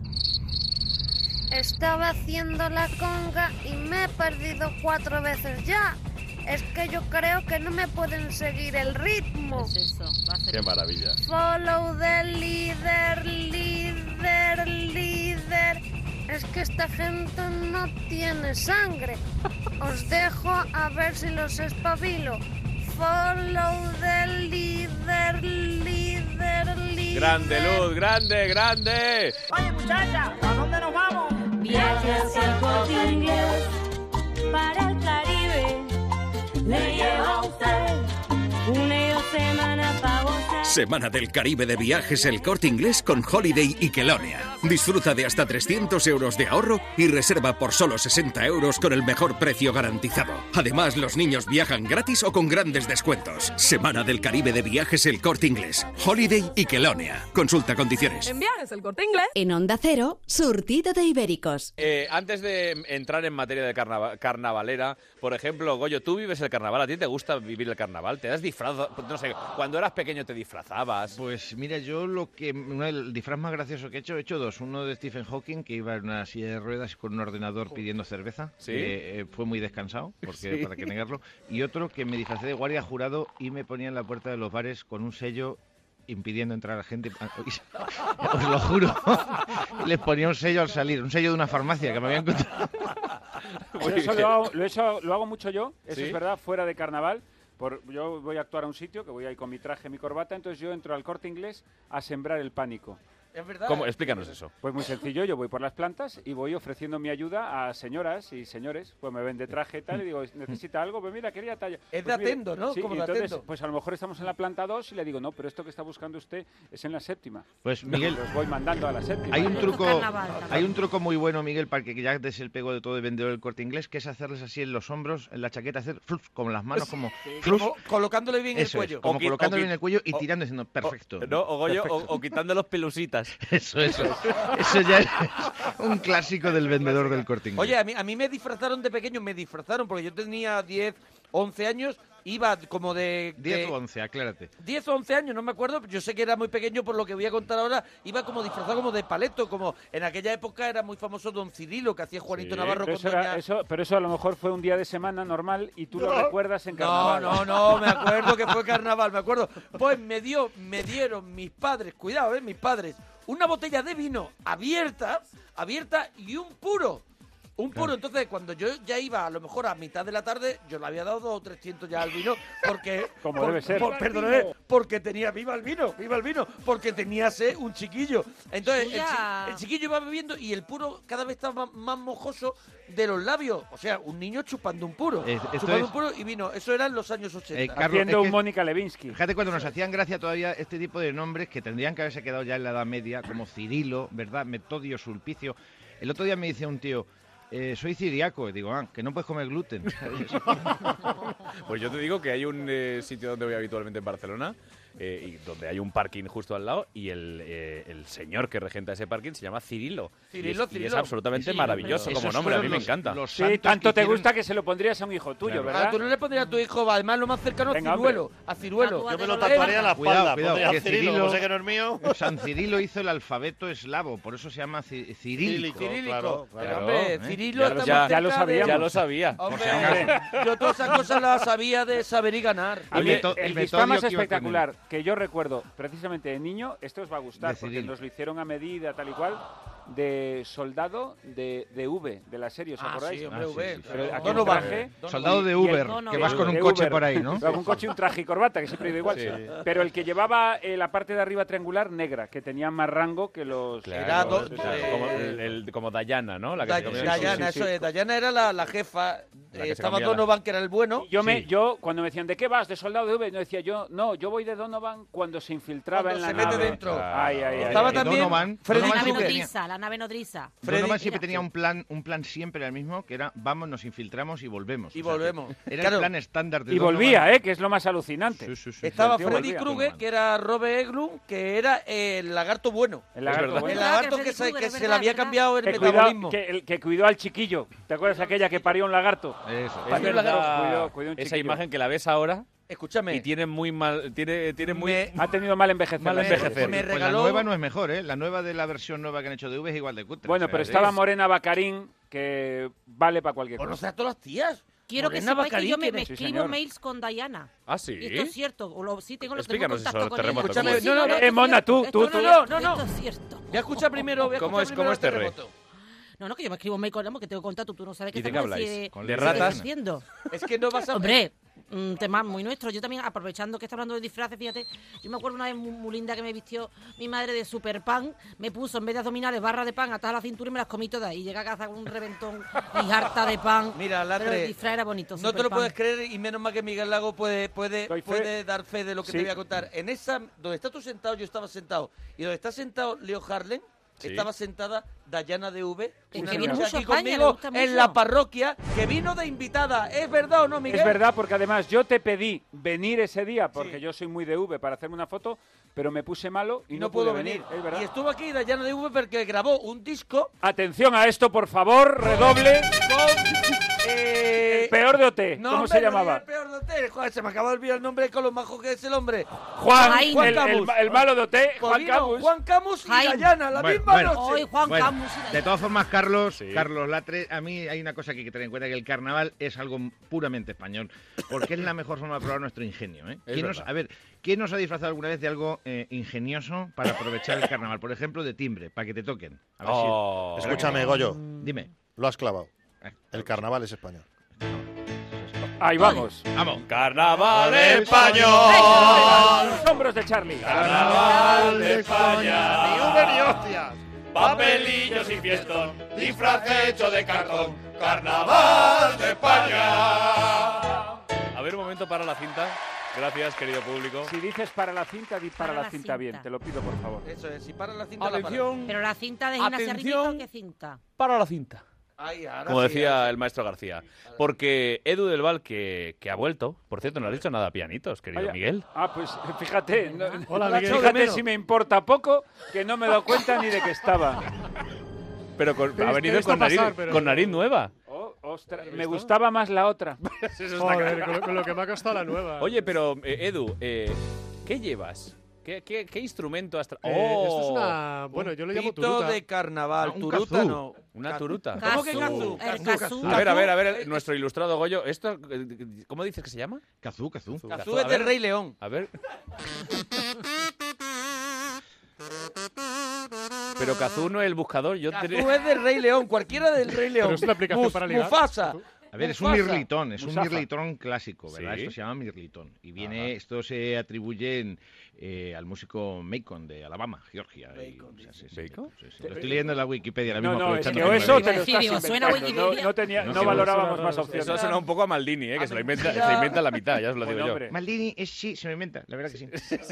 Estaba haciendo la conga y me he perdido cuatro veces ya. Es que yo creo que no me pueden seguir el ritmo. Es eso, va a ser Qué maravilla. Follow the leader, líder, líder. Es que esta gente no tiene sangre. Os dejo a ver si los espabilo. Follow the leader, líder, líder. Grande, Luz, grande, grande. Oye, muchacha, ¿a dónde nos vamos? Viaje hacia el Corte Inglés para el Caribe. Le lleva a usted una y dos semanas para gozar. Semana del Caribe de Viajes El Corte Inglés con Holiday y Kelonia. Disfruta de hasta trescientos euros de ahorro y reserva por solo sesenta euros con el mejor precio garantizado. Además, los niños viajan gratis o con grandes descuentos. Semana del Caribe de Viajes El Corte Inglés. Holiday y Kelonia. Consulta condiciones. En Viajes El Corte Inglés. En Onda Cero, surtido de ibéricos. Eh, antes de entrar en materia de carnava- carnavalera, por ejemplo, Goyo, tú vives el carnaval. ¿A ti te gusta vivir el carnaval? ¿Te das disfraz? No sé, cuando eras pequeño te disfrazabas. Pues mira, yo lo que uno, el disfraz más gracioso que he hecho, he hecho dos. Uno de Stephen Hawking, que iba en una silla de ruedas con un ordenador pidiendo cerveza. ¿Sí? Que, eh, fue muy descansado, porque Sí. para que negarlo. Y otro que me disfracé de guardia jurado y me ponía en la puerta de los bares con un sello impidiendo entrar a la gente. Os lo juro. Les ponía un sello al salir, un sello de una farmacia que me habían encontrado. Yo eso lo hago, lo, hecho- lo hago mucho yo, eso ¿Sí? es verdad, fuera de carnaval. Por, yo voy a actuar a un sitio, que voy ahí con mi traje, mi corbata, entonces yo entro al Corte Inglés a sembrar el pánico. Es verdad. ¿Cómo? Explícanos eso. Pues muy sencillo, yo voy por las plantas y voy ofreciendo mi ayuda a señoras y señores. Pues me ven de traje y tal y digo, ¿necesita algo? Pues mira, quería talla. Es de Pues mira, atendo, ¿no? Sí, Como y de entonces, atendo. pues a lo mejor estamos en la planta dos y le digo, no, pero esto que está buscando usted es en la séptima. Pues, Miguel, Los voy mandando a la séptima. Hay un truco, Carnaval, carnaval. hay un truco muy bueno, Miguel, para que ya des el pego de todo el vendedor del Corte Inglés, que es hacerles así en los hombros, en la chaqueta, hacer fluf, con las manos como fluf. Como colocándole bien Eso el es, cuello. como O qui- colocándole o qui- bien el cuello y o- tirando diciendo perfecto. No, o Goyo, o, perfecto". o quitando los pelusitas. Eso, eso. Eso ya es un clásico del vendedor del Corte Inglés. Oye, a mí, a mí me disfrazaron de pequeño, me disfrazaron porque yo tenía diez, once años, iba como de... diez de- o once, aclárate. diez o once años, no me acuerdo, yo sé que era muy pequeño por lo que voy a contar ahora, iba como disfrazado como de paleto, como en aquella época era muy famoso Don Cirilo, que hacía Juanito Sí, Navarro pero con eso, era- Doña... eso- pero eso a lo mejor fue un día de semana normal y tú lo No. recuerdas en No, carnaval. no, no, me acuerdo que fue carnaval, me acuerdo. Pues me dio, me dieron mis padres, cuidado, eh, mis padres, una botella de vino abierta, abierta y un puro. Un puro, entonces cuando yo ya iba a lo mejor a mitad de la tarde, yo le había dado dos o trescientos ya al vino, porque... Como por- debe ser. por- perdóname, porque tenía, viva el vino, viva el vino, porque tenía sed un chiquillo. Entonces el, Ya. chi- el chiquillo iba bebiendo y el puro cada vez estaba más, más mojoso de los labios. O sea, un niño chupando un puro. Es- esto chupando es- un puro y vino. Eso era en los años ochenta. Eh, Carlos, Haciendo es un que- Mónica Levinsky. Fíjate cuando nos hacían gracia todavía este tipo de nombres que tendrían que haberse quedado ya en la Edad Media, como Cirilo, ¿verdad? Metodio, Sulpicio. El otro día me dice un tío, eh, soy ciriaco. Y digo, ah, que no puedes comer gluten. Pues yo te digo que hay un eh, sitio donde voy habitualmente en Barcelona, eh, y donde hay un parking justo al lado, y el, eh, el señor que regenta ese parking se llama Cirilo. Cirilo, y es, y es Cirilo. absolutamente Sí, maravilloso pero como esos nombre, a mí fueron me los- encanta. los Sí, santos tanto que te hicieron- gusta que se lo pondrías a un hijo tuyo, Claro. ¿verdad? Ah, tú no le pondrías a tu hijo, además lo más cercano a Venga, Ciruelo. hombre. A Ciruelo. Tatúate Yo me lo con tatuaría en la Cuidado, espalda. cuidado, pondría que Cirilo, Cirilo- como sé que no es mío. San Cirilo hizo el alfabeto eslavo, por eso se llama ci- cirílico. Cirílico. Claro, Pero, claro. hombre, ¿eh? Cirilo Ya está lo- muy ya- ya lo cerca de- sabíamos. Ya lo sabía. Hombre, yo todas esas cosas las sabía de saber y ganar. A mí, El meto- el el disfraz más Metodio que iba con espectacular que yo recuerdo precisamente de niño, esto os va a gustar De porque Cirilo. nos lo hicieron a medida tal y cual, de soldado de, de V, de la serie, ¿os Ah, acordáis? sí, hombre, Ah, sí, V. sí, sí. Pero aquí Donovan. un traje, Soldado de y el Uber, Donovan. que vas con un de coche Uber. por ahí, ¿no? Con un coche y un traje y corbata, que siempre he ido igual. Sí. Pero el que llevaba eh, la parte de arriba triangular negra, que tenía más rango que los... Claro, Era claro, do- claro, eh, como, el- el- como Dayana, ¿no? La que Da- se comía el- Dayana, sí, eso sí. es. Dayana era la, la jefa. La eh, que se estaba cambiaba. Donovan, que era el bueno. Yo, me, Sí. yo, cuando me decían, ¿de qué vas? ¿De soldado de V? No decía yo, no, yo voy de Donovan cuando se infiltraba Cuando en la se mete nave. dentro. Ay, ay, ay. Estaba ay. también Donovan- Freddy La Donovan nave Krueger. nodriza, la nave nodriza. Freddy- Donovan siempre Mira. tenía un plan, un plan siempre el mismo, que era vamos, nos infiltramos y volvemos. Y O sea, que volvemos. Era Claro. el plan estándar de Y Donovan. volvía, ¿eh? Que es lo más alucinante. Sí, sí, sí. Estaba El tío Freddy volvía. Krueger, que era Robert Eglund, que era el lagarto bueno. El lagarto verdad. bueno. El verdad lagarto que que, Freddy se, Krueger, que es se verdad, le había es verdad. cambiado el Que cuidó, metabolismo. que, el, que cuidó al chiquillo. ¿Te acuerdas aquella que parió un lagarto? Eso. Es Parió un verdad, lagarto. cuidó- cuidó un Esa chiquillo. imagen que la ves ahora, escúchame. Y tiene muy mal, tiene, tiene muy Me- Ha tenido mal envejecer. mal la serie. envejecer. me Pues la regaló- nueva no es mejor, ¿eh? La nueva de la versión nueva que han hecho de V es igual de cutre. Bueno, o sea, pero es- estaba Morena Bacarín, que vale para cualquier Conoce cosa. a todas las tías. Quiero que Morena sepáis que Bacarín, yo me, ¿quién me es? Sí, escribo señor. mails con Diana. Ah, sí. Y esto es cierto. o lo- sí, tengo, lo tengo Explícanos contacto eso, con terremoto, ella. ¿cómo Escúchame, es? no, no, no, esto eh, Mona, es tú- cierto, tú- esto tú- es no, cierto, no, no. Esto es cierto. Voy a escuchar primero, voy a ¿Cómo escuchar es- primero cómo el es Terre? terremoto. No, no, que yo me escribo mail con ella porque tengo contacto. Tú no sabes qué ¿Y de qué estamos habláis? así Con ¿De la- ratas? diciendo. Es que no vas a... Hombre, un tema muy nuestro. Yo también, aprovechando que está hablando de disfraces, fíjate, yo me acuerdo una vez muy, muy linda que me vistió mi madre de super pan, me puso en vez de abdominales barra de pan atadas a la cintura y me las comí todas. Y llegué a casa con un reventón y harta de pan. Mira, Pero Latre, el disfraz era bonito. no te lo superpan. puedes creer y menos mal que Miguel Lago puede, puede, Doy fe. puede dar fe de lo que Sí. te voy a contar. En esa, donde estás tú sentado, yo estaba sentado. Y donde está sentado Leo Harlem, Sí. estaba sentada Dayana de V, Es una que viene noche mucho a aquí España, le conmigo gusta en mucho. la parroquia, que vino de invitada. ¿Es verdad o no, Miguel? Es verdad, porque además yo te pedí venir ese día, porque Sí. yo soy muy de V para hacerme una foto, pero me puse malo y Y no, no puedo pude venir. Es verdad. Y estuvo aquí Dayana de V porque grabó un disco Atención a esto, por favor, redoble. con... eh, El peor de O T, no, ¿cómo hombre, se no llamaba? digas el peor de hotel. Joder, se me acaba de olvidar el nombre con lo majo que es el hombre. Juan, Jaime. Juan el, el- Camus. el malo de O T, Pues Juan vino Camus. Juan Camus y Jaime. Dayana, la Bueno, misma bueno. noche. Hoy Juan Bueno, Camus y de Dayana. todas formas, Carlos, Sí. Carlos Latre, a mí hay una cosa que hay que tener en cuenta, que el carnaval es algo puramente español, porque es la mejor forma de probar nuestro ingenio. ¿eh? Es ¿Quién nos- verdad. a ver, ¿quién nos ha disfrazado alguna vez de algo eh, ingenioso para aprovechar el carnaval? Por ejemplo, de timbre, para que te toquen. A ver si- Oh. Escúchame, Goyo, Dime. lo has clavado. Ah, El carnaval es español. Ahí vamos. Vamos. Carnaval español. Los hombros de Charlie. Carnaval de España. Ni Uber ni hostias. Papelillos y fiestón, disfraz hecho de cartón, carnaval de España. A ver, un momento para la cinta. Gracias, querido público. Si dices para la cinta, di para, Para la la cinta, cinta. bien, te lo pido por favor. Eso es, si para la cinta la Atención, Pero la cinta de gimnasia Atención. rítmica, ¿qué cinta? para la cinta. para. Ay, ahora Como sí, decía ahora el maestro García. Porque Edu del Val, que, que ha vuelto, por cierto, no le ha dicho nada a pianitos, querido Vaya. Miguel. Ah, pues fíjate. no- Hola, no- Miguel. Fíjate si me importa poco que no me he dado cuenta ni de que estaba. Pero con- Te ha he venido visto con nariz, pasar, pero- con nariz nueva. Oh, ostras, ¿Has me visto? gustaba más la otra. Eso está Joder, claro. con lo, con lo que me ha costado la nueva. Oye, pero eh, Edu, eh, ¿qué llevas? ¿Qué, qué, qué instrumento has tra- Eh, ¡Oh! esto es una... Bueno, yo le llamo Pito turuta. de carnaval, Ah, un turuta kazoo. no. Una Ca- turuta. ¿Cómo que Kazoo, kazoo? el Kazoo, kazoo. A ver, a ver, a ver, Kazoo, nuestro ilustrado Goyo, esto, eh, ¿cómo dices que se llama? Cazú, cazú. Kazoo es del Rey León. A ver. Pero Kazoo no es el buscador, yo te- Kazoo es del Rey León, cualquiera del Rey León. Pero es una aplicación Muf- para ligar. Mufasa. A ver, es un Mufasa. mirlitón, es un Musafa. mirlitón clásico, ¿verdad? Sí. Esto se llama mirlitón. Y viene, esto se atribuye en, eh, al músico Macon de Alabama, Georgia. y, Bacon, o sea, sí, sí, ¿Bacon? sí, sí. Lo estoy leyendo en la Wikipedia ahora No, mismo. no, es aprovechando que o me eso lo te lo dices. Sí, estás digo, suena inventando. No, Wikipedia. no, tenía, No no sé, valorábamos suena más raro, opciones. Eso suena un poco a Maldini, ¿eh? Que se lo inventa, se lo inventa la mitad, ya os lo digo Buen yo. hombre. Maldini, es, sí, se me inventa, la verdad que sí.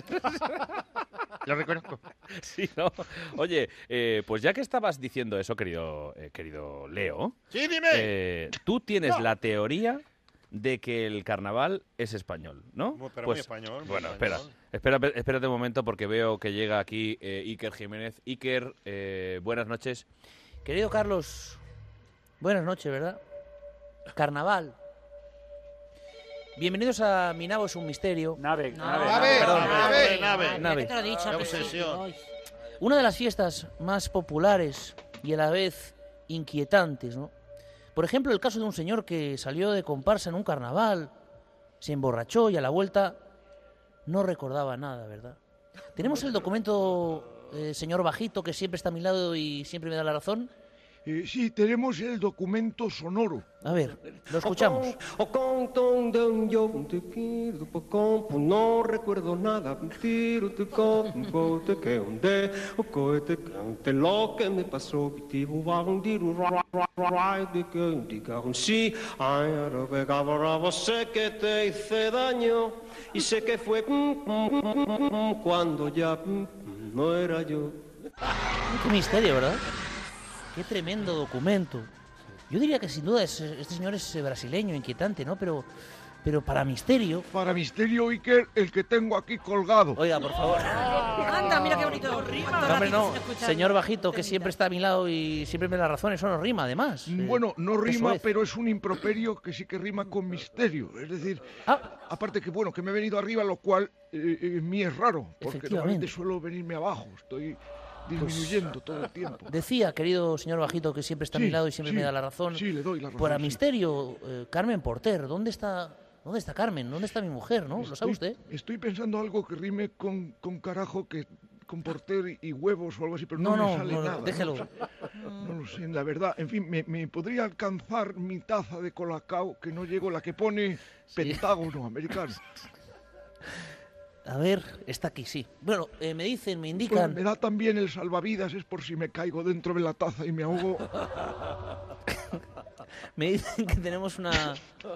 Lo reconozco. Sí, ¿no? Oye, eh, pues ya que estabas diciendo eso, querido, eh, querido Leo, Sí, dime. eh, tú tienes la teoría de que el carnaval es español, ¿no? Muy- pero Pues, muy español, muy bueno, español. espera, espera, espérate un momento porque veo que llega aquí eh, Iker Jiménez. Iker, eh, buenas noches. Querido Carlos, buenas noches, ¿verdad? Carnaval. Bienvenidos a Mi Nabo es un misterio. Nave, No, nave, Nave, nave. nave, nave, nave. Nave. Ya te lo he dicho al Qué principio, obsesión. hoy. Una de las fiestas más populares y a la vez inquietantes, ¿no? Por ejemplo, el caso de un señor que salió de comparsa en un carnaval, se emborrachó y a la vuelta no recordaba nada, ¿verdad? Tenemos el documento, eh, señor Bajito, que siempre está a mi lado y siempre me da la razón. Eh, sí, tenemos el documento sonoro. A ver, lo escuchamos. No recuerdo nada, lo que me pasó. Sí, sé que te hice daño y sé que fue cuando ya no era yo. Qué misterio, ¿verdad? Qué tremendo documento. Yo diría que sin duda es- este señor es eh, brasileño, inquietante, ¿no? Pero, pero para misterio... Para misterio, Iker, el que tengo aquí colgado. Oiga, por favor. Anda, mira qué bonito. No, hombre, no, señor Bajito, que siempre está a mi lado y siempre me da la razón, eso no rima, además. Bueno, no rima, es. pero es un improperio que sí que rima con misterio. Es decir, ah. aparte que, bueno, que me he venido arriba, lo cual eh, en mí es raro, porque normalmente suelo venirme abajo. Estoy disminuyendo pues, todo el tiempo. Decía, querido señor Bajito, que siempre está sí, a mi lado y siempre sí, me da la razón. Sí, le doy la razón. Por a sí. misterio, eh, Carmen Porter, ¿dónde está... ¿Dónde está Carmen? ¿Dónde está mi mujer? ¿No? Estoy, ¿Lo sabe usted? Estoy pensando algo que rime con, con carajo, que con porter y huevos o algo así, pero no, no, no me sale no, nada. Déjelo. No, no lo sé, la verdad. En fin, me, me podría alcanzar mi taza de colacao, que no llego, la que pone sí. Pentágono americano. A ver, está aquí, sí. Bueno, eh, me dicen, me indican... Pues me da también el salvavidas, es por si me caigo dentro de la taza y me ahogo. Me dicen que tenemos una...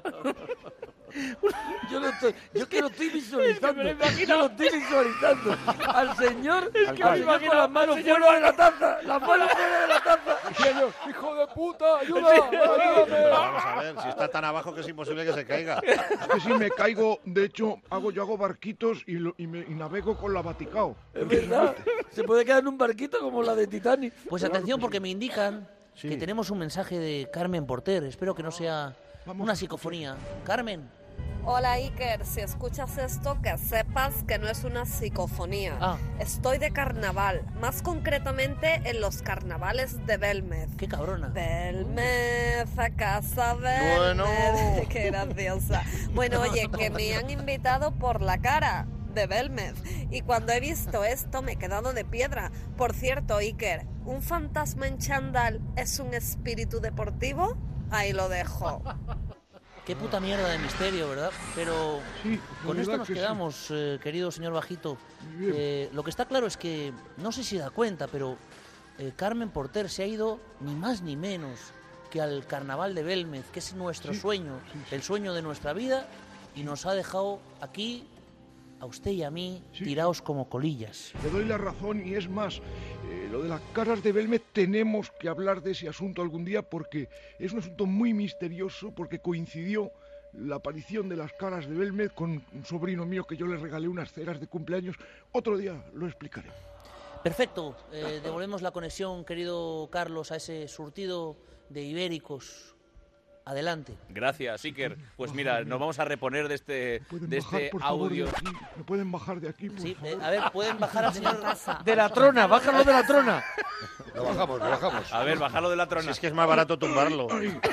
Yo, no estoy, yo que lo estoy visualizando. Es que me lo imagino, lo estoy visualizando. Al señor, es que me imagino las manos fuera de la taza. Las manos fuera de la taza. Diciendo, hijo de puta, ayuda, ayúdame. Vamos a ver, si está tan abajo que es imposible que se caiga. Es que si me caigo, de hecho, hago yo hago barquitos y, lo, y, me, y navego con la Vaticao. Es verdad. Se puede quedar en un barquito como la de Titanic. Pues atención, porque me indican sí. que tenemos un mensaje de Carmen Porter. Espero que no sea Vamos. una psicofonía. Carmen. Hola Iker, si escuchas esto, que sepas que no es una psicofonía. Ah. Estoy de carnaval, más concretamente en los carnavales de Belmez. ¡Qué cabrona! Belmez, a casa Belmez. Bueno. ¡Qué graciosa! Bueno, oye, que me han invitado por la cara de Belmez. Y cuando he visto esto me he quedado de piedra. Por cierto, Iker, ¿un fantasma en chándal es un espíritu deportivo? Ahí lo dejo. Qué puta mierda de misterio, ¿verdad? Pero sí, con esto nos quedamos, sí. eh, querido señor Bajito. Eh, lo que está claro es que, no sé si da cuenta, pero eh, Carmen Porter se ha ido ni más ni menos que al carnaval de Belmez, que es nuestro sí, sueño, sí, sí. el sueño de nuestra vida, y nos ha dejado aquí, a usted y a mí, sí. tirados como colillas. Le doy la razón, y es más, eh, lo de las caras de Belmez, tenemos que hablar de ese asunto algún día, porque es un asunto muy misterioso, porque coincidió la aparición de las caras de Belmez con un sobrino mío que yo le regalé unas ceras de cumpleaños. Otro día lo explicaré. Perfecto, eh, devolvemos la conexión, querido Carlos, a ese surtido de ibéricos. Adelante. Gracias, Iker. Pues mira, nos vamos a reponer de este, de este bajar, audio. Favor, de ¿Me pueden bajar de aquí, por sí, favor? A ver, pueden bajar al señor Raza. De la trona, bájalo de la trona. Lo bajamos, lo bajamos. A ver, bájalo de la trona. Si es que es más barato tumbarlo.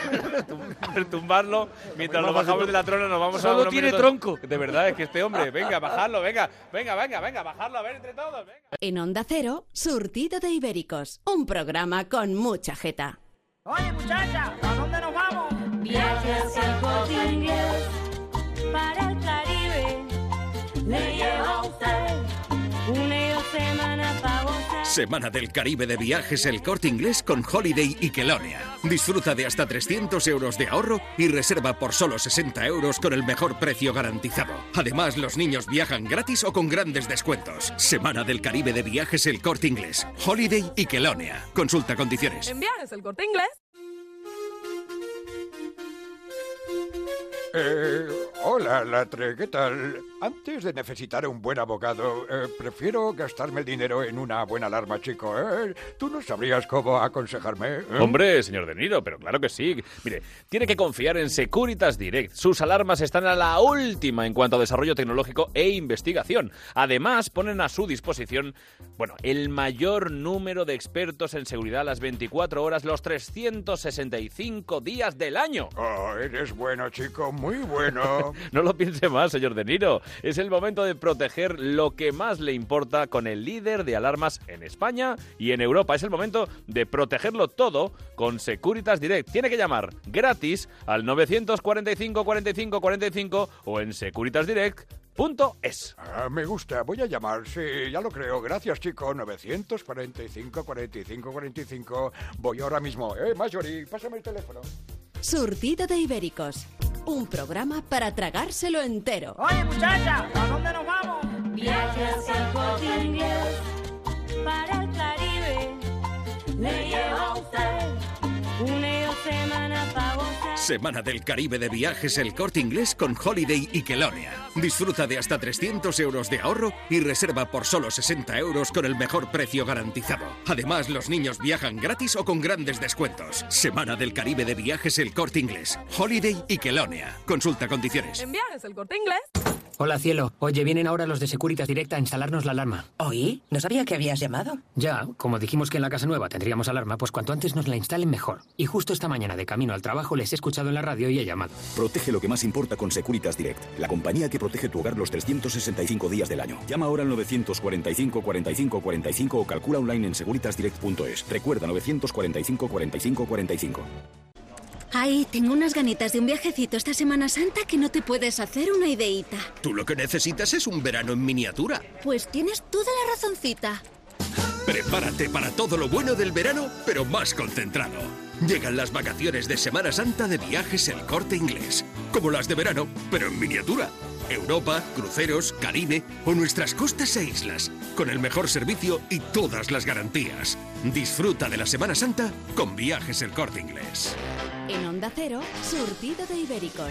Tumbarlo, mientras lo bajamos de la trona nos vamos Solo a... Solo tiene minutos. tronco. De verdad, es que este hombre, venga, bajarlo, venga, venga, venga, venga, bajarlo, a ver, entre todos, venga. En Onda Cero, Surtido de Ibéricos, un programa con mucha jeta. Oye, muchacha, ¿a dónde nos vamos? Viajes al Corte Inglés para el Caribe. Le lleva a usted una y dos semanas para gozar. Semana del Caribe de Viajes El Corte Inglés con Holiday y Kelonia. Disfruta de hasta trescientos euros de ahorro y reserva por solo sesenta euros con el mejor precio garantizado. Además, los niños viajan gratis o con grandes descuentos. Semana del Caribe de Viajes El Corte Inglés. Holiday y Kelonia. Consulta condiciones. En Viajes El Corte Inglés. Eh, hola, Latre, ¿qué tal? Antes de necesitar un buen abogado, eh, prefiero gastarme el dinero en una buena alarma, chico. ¿eh? ¿Tú no sabrías cómo aconsejarme? ¿eh? Hombre, señor De Niro, pero claro que sí. Mire, tiene que confiar en Securitas Direct. Sus alarmas están a la última en cuanto a desarrollo tecnológico e investigación. Además, ponen a su disposición, bueno, el mayor número de expertos en seguridad las veinticuatro horas, los trescientos sesenta y cinco días del año. Oh, eres bueno, chico, muy bueno. No lo piense más, señor De Niro. Es el momento de proteger lo que más le importa con el líder de alarmas en España y en Europa. Es el momento de protegerlo todo con Securitas Direct. Tiene que llamar gratis al nueve cuatro cinco, cuarenta y cinco, cuarenta y cinco o en securitas direct punto es. Ah, me gusta, voy a llamar, sí, ya lo creo. Gracias, chico. nueve cuatro cinco, cuarenta y cinco, cuarenta y cinco. Voy ahora mismo. Eh, Marjorie, pásame el teléfono. Surtido de Ibéricos, un programa para tragárselo entero. Oye, muchacha, ¿a dónde nos vamos? Viajes al Corte Inglés para el Caribe. Le lleva a usted una y dos semanas para gozar. Semana del Caribe de Viajes El Corte Inglés con Holiday y Kelonia. Disfruta de hasta trescientos euros de ahorro y reserva por solo sesenta euros con el mejor precio garantizado. Además, los niños viajan gratis o con grandes descuentos. Semana del Caribe de Viajes El Corte Inglés. Holiday y Kelonia. Consulta condiciones. En Viajes El Corte Inglés. Hola, cielo. Oye, vienen ahora los de Securitas Direct a instalarnos la alarma. ¿Oí? No sabía que habías llamado. Ya, como dijimos que en la casa nueva tendríamos alarma, pues cuanto antes nos la instalen mejor. Y justo esta mañana de camino al trabajo les he escuchado en la radio y he llamado. Protege lo que más importa con Securitas Direct, la compañía que protege tu hogar los trescientos sesenta y cinco días del año. Llama ahora al novecientos cuarenta y cinco cuarenta y cinco cuarenta y cinco o calcula online en securitas direct punto es. Recuerda novecientos cuarenta y cinco cuarenta y cinco cuarenta y cinco. Ay, tengo unas ganitas de un viajecito esta Semana Santa que no te puedes hacer una ideíta. Tú lo que necesitas es un verano en miniatura. Pues tienes toda la razoncita. Prepárate para todo lo bueno del verano, pero más concentrado. Llegan las vacaciones de Semana Santa de Viajes El Corte Inglés. Como las de verano, pero en miniatura. Europa, cruceros, Caribe o nuestras costas e islas. Con el mejor servicio y todas las garantías. Disfruta de la Semana Santa con Viajes El Corte Inglés. En Onda Cero, surtido de ibéricos.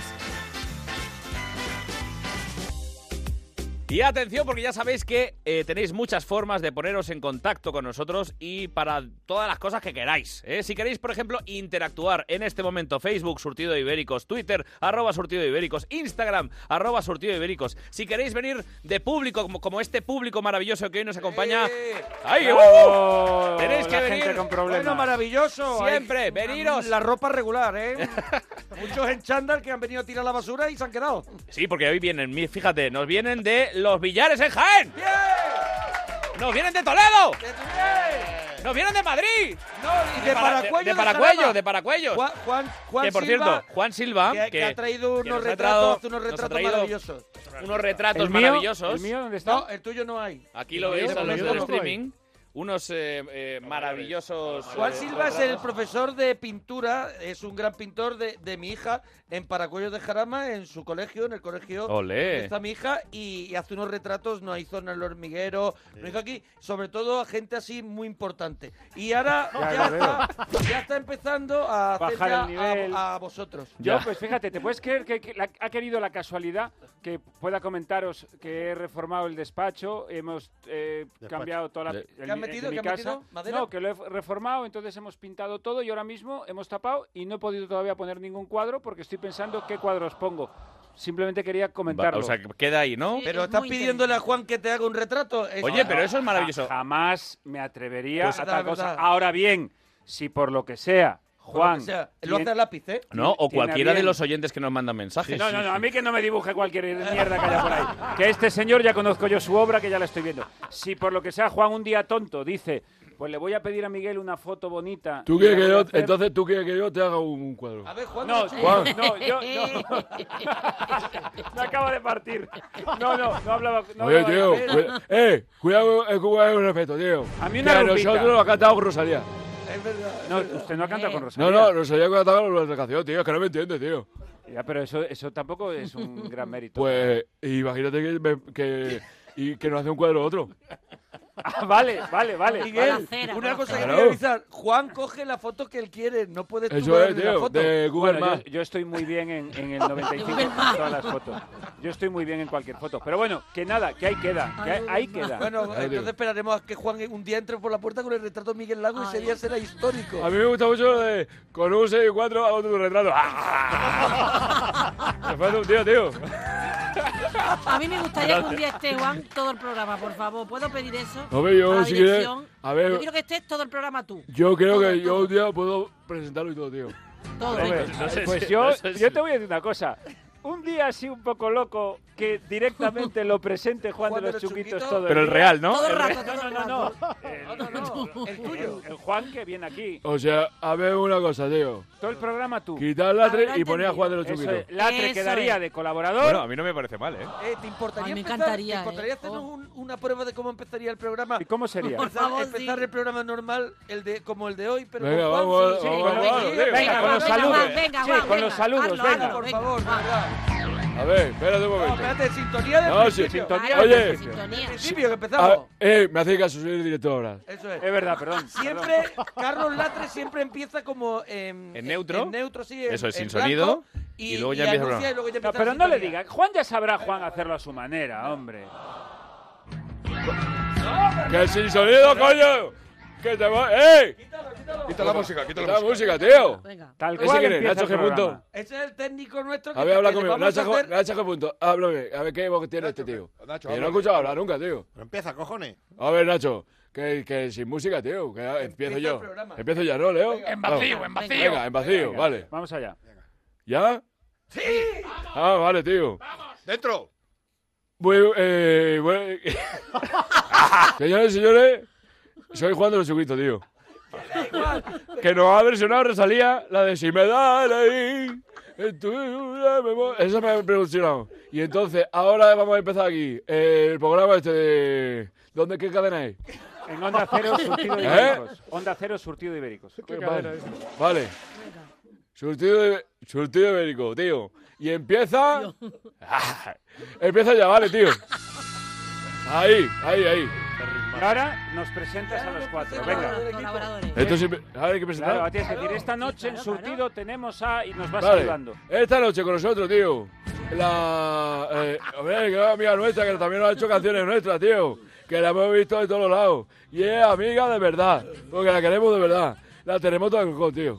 Y atención, porque ya sabéis que eh, tenéis muchas formas de poneros en contacto con nosotros y para todas las cosas que queráis. ¿eh? Si queréis, por ejemplo, interactuar en este momento, Facebook, Surtido de Ibéricos, Twitter, arroba Surtido de Ibéricos, Instagram, arroba Surtido de Ibéricos. Si queréis venir de público, como, como este público maravilloso que hoy nos acompaña... ¡Eh! ¡Ay! ¡Bravo! ¡Uh! Tenéis que La venir. gente con problemas. Bueno, maravilloso. Siempre, Hay- veniros. La ropa regular, ¿eh? Muchos en chándal que han venido a tirar la basura y se han quedado. Sí, porque hoy vienen, mi- fíjate, nos vienen de Los Villares en Jaén. ¡Nos vienen de Toledo! ¡Nos vienen de Madrid! No, y de Para- Paracuello. de Paracuello, de Paracuellos. Juan, Juan, Juan que por Silva, cierto, Juan Silva, que, que ha traído que unos nos ha retratos, traído- hace unos nos ha retratos traído maravillosos. unos retratos ¿El mío? maravillosos. ¿El mío dónde está? No, el tuyo no hay. Aquí lo El veis mío a los tampoco del hay. streaming. Unos eh, eh, maravillosos... Juan eh, Silva es el retratos. profesor de pintura, es un gran pintor de, de mi hija en Paracuellos de Jarama, en su colegio, en el colegio Olé. donde está mi hija, y, y hace unos retratos, nos hizo en el hormiguero, nos hizo aquí, sobre todo a gente así muy importante. Y ahora Ya ya, lo está, ya está empezando a hacer Bajar ya el nivel. a, a vosotros. Yo, pues fíjate, ¿te puedes creer que, que la- ha querido la casualidad que pueda comentaros que he reformado el despacho, hemos eh, cambiado toda la... De- el ¿Qué han mi- metido? de mi ¿Qué han casa. metido? ¿Madera? No, que lo he reformado, entonces hemos pintado todo y ahora mismo hemos tapado y no he podido todavía poner ningún cuadro porque estoy pensando qué cuadros pongo. Simplemente quería Va, comentarlo. o sea, que queda ahí, ¿no? Pero estás pidiéndole a Juan que te haga un retrato. Es- Oye, pero eso es maravilloso. Ja- jamás me atrevería Pues a verdad, tal cosa. verdad. Ahora bien, si por lo que sea, Por lo Juan... que sea, lo tiene- hace a lápiz, ¿eh? No, o tiene cualquiera de bien- los oyentes que nos mandan mensajes. No, no, no, a mí que no me dibuje cualquier mierda que haya por ahí. Que este señor ya conozco yo su obra, que ya la estoy viendo. Si por lo que sea Juan un día tonto dice, pues le voy a pedir a Miguel una foto bonita. ¿Tú y quieres la que voy a yo, hacer- entonces tú quieres que yo te haga un cuadro? A ver, Juan. No, Juan. no, yo no. Me acaba de partir. No, no, no hablaba. No Oye, hablaba tío, de- cu- eh, cuidado, eh, cuidado con respeto, tío. A mí Que una a rumbita. nosotros lo ha cantado Rosalía. Es verdad. No, usted no canta con No, Rosalía. no, Rosalía ha cantado la canción, tío, es que no me entiende, tío. Ya, pero eso, eso tampoco es un gran mérito. Pues imagínate que, me- que, y que nos hace un cuadro otro. Ah, vale, vale, vale. Miguel, vale. una cosa que Claro. quiero avisar. Juan coge la foto que él quiere, no puedes tú Eso ver es, la tío, foto. de Google Bueno, Maps. yo, yo estoy muy bien en, en el noventa y cinco en todas las fotos. Yo estoy muy bien en cualquier foto. Pero bueno, que nada, que ahí queda. Que ahí, ahí queda. Bueno, Claro, tío. entonces esperaremos a que Juan un día entre por la puerta con el retrato de Miguel Lago y ese día será histórico. A mí me gusta mucho lo de con un seis y cuatro hago tu retrato. Me falta un tío, tío. A mí me gustaría que un día esté Juan todo el programa, por favor. ¿Puedo pedir eso? Hombre, yo, A la si quieres, dirección. a ver- Yo quiero que estés todo el programa tú. Yo creo Todo, que yo todo. un día puedo presentarlo y todo, tío. Todo. Hombre, No sé pues si- yo, no sé si- yo te voy a decir una cosa. Un día así un poco loco que directamente lo presente Juan, Juan de los Chunguitos todo Pero el día. real, ¿no? Todo el El rato, real. todo el No, no, rato. no. El, No, no, no, el tuyo. el Juan que viene aquí. O sea, a ver una cosa, tío. Todo el programa tú. Quitar la Ah, tres lo he y poner a Juan de los Eso Chunguitos. es, Latre Eso quedaría es. de colaborador. Bueno, a mí no me parece mal, ¿eh? Eh, ¿Te importaría, Ay, me empezar, encantaría, ¿te importaría eh. hacernos Oh. un- una prueba de cómo empezaría el programa? ¿Y cómo sería? Por Empezar, favor, empezar sí. el programa normal, el de como el de hoy, pero Venga, con Juan, vamos, sí, vamos, sí, vamos, con vamos, Miguel. tío. Venga, con los venga, saludos. Juan, venga, Sí, Juan, con los venga. saludos, Hazlo, venga. hazlo, Por venga. favor, de Va. verdad. A ver, espérate un No, momento. espérate, sintonía de No, sí, principio. sintonía Oye, de principio. de principio que Ah, empezamos. eh, me hacéis caso, soy el director ahora. Eso es. Es verdad, perdón. Siempre, Carlos Latre siempre empieza como en, ¿En neutro? En neutro, sí. en- Eso es, en sin blanco, sonido, Y, y luego ya y empieza el anuncia y programa. luego ya No, empieza pero la no le sintonía. diga. Juan ya sabrá, Juan, hacerlo a su manera, hombre. ¡Que sin sonido, coño! ¡Que te va! ¡Eh! Quita la música, quita la la música, tío. Venga. Tal ¿Ese cual quién es? empieza Nacho el G. punto. programa. Ese es el técnico nuestro que, A ver, habla que le conmigo. vamos a Nacho, hacer- Nacho G. punto. Háblame. A ver qué voz tiene este tío. Nacho, Que yo no he háblame. escuchado hablar nunca, tío. Pero empieza, cojones. A ver, Nacho. Que, que sin música, tío. Que empiezo Empieza el yo. programa. Empiezo ya, ¿no, Leo? En vacío, Vamos. en vacío. Venga, en vacío, Venga, vale. Vamos allá. ¿Ya? ¡Sí! Ah, vale, tío. ¡Dentro! Bueno, eh, bueno. Señores y señores, soy Juan de los Chuquitos, tío. Que nos ha versionado Rosalía, la de Si me da la I, en tu memoria. Esa me ha versionado. Y entonces, ahora vamos a empezar aquí. El programa este de... ¿Dónde, qué cadena es? En Onda Cero, surtido de ¿Eh? ibéricos. Onda Cero, surtido de ibéricos. Vale. Vale. Surtido de, surtido ibérico, tío. Y empieza... Ah, empieza ya, vale, tío. Ahí, ahí, ahí. Y ahora nos presentas a los cuatro. Venga. Colaboradores. Esto sí, ahora hay que presentar. Claro, tienes que decir, esta noche en surtido tenemos a... Y nos vas Vale. saludando. Esta noche con nosotros, tío. La... Eh, hombre, que es amiga nuestra, que también nos ha hecho canciones nuestras, tío. Que la hemos visto de todos lados. Y es amiga de verdad. Porque la queremos de verdad. La tenemos toda con tío.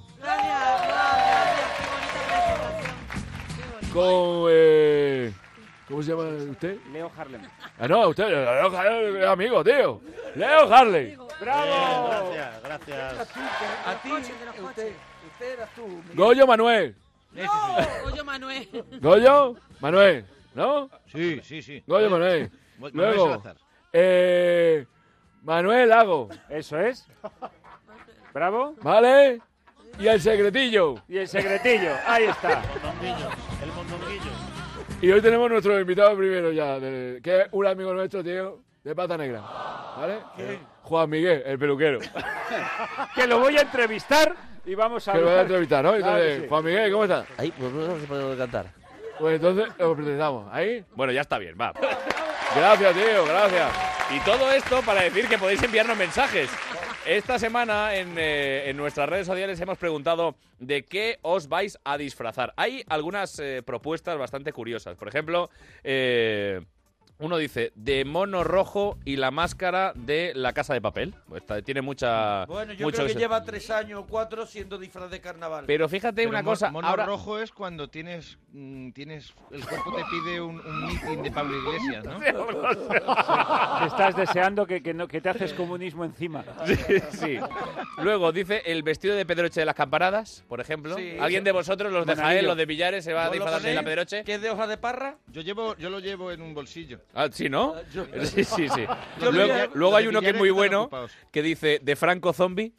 Con... Eh, ¿Cómo se llama usted? Leo Harlem. Ah, no, usted, Leo Harley, es amigo, tío. Leo Harley. ¡Bravo! Gracias, gracias. A ti, usted, usted eras tú. Miguel. Goyo Manuel. Oye, Manuel. Goyo Manuel, ¿no? Sí, sí, sí. Goyo Manuel. Manuel Luego, Salazar. eh, Manuel Lago, Eso es. Bravo. ¿vale? Y el secretillo. Y el secretillo. Ahí está. Mondonguillo, el mondonguillo. Y hoy tenemos nuestro invitado primero ya, de- que es un amigo nuestro, tío, de Pata Negra. ¿Vale? Juan Miguel, el peluquero. Que lo voy a entrevistar y vamos a Que lo voy a hablar. entrevistar, ¿no? Claro Entonces, que sí. Juan Miguel, ¿cómo estás? Ahí, pues no se puede cantar. Pues entonces lo presentamos. ¿Ahí? Bueno, ya está bien, va. Gracias, tío, gracias. Y todo esto para decir que podéis enviarnos mensajes. Esta semana en, eh, en nuestras redes sociales hemos preguntado de qué os vais a disfrazar. Hay algunas eh, propuestas bastante curiosas. Por ejemplo, eh, uno dice de mono rojo y la máscara de La Casa de Papel. Esta- tiene mucha... Bueno, yo mucho creo que eso. lleva tres años o cuatro siendo disfraz de carnaval. Pero fíjate Pero una mo- cosa... Mono ahora... rojo es cuando tienes, mm, tienes el cuerpo te pide un, un meeting de Pablo Iglesias, ¿no? Que estás deseando que, que, no, que te haces comunismo encima. Sí, sí. Luego dice el vestido de Pedroche de las campanadas, por ejemplo. Sí, ¿Alguien eso. de vosotros, los de Jaén, Monaguillo. los de Villares, se va a ¿Vos lo disfrazar de la ponéis? Pedroche? ¿Qué es de hoja de parra? Yo llevo, yo lo llevo en un bolsillo. Ah, sí, ¿no? Yo- Sí, sí, sí. Yo lo Luego, llevo- luego los hay de uno que es Villares muy están bueno, ocupados. que dice de Franco Zombie.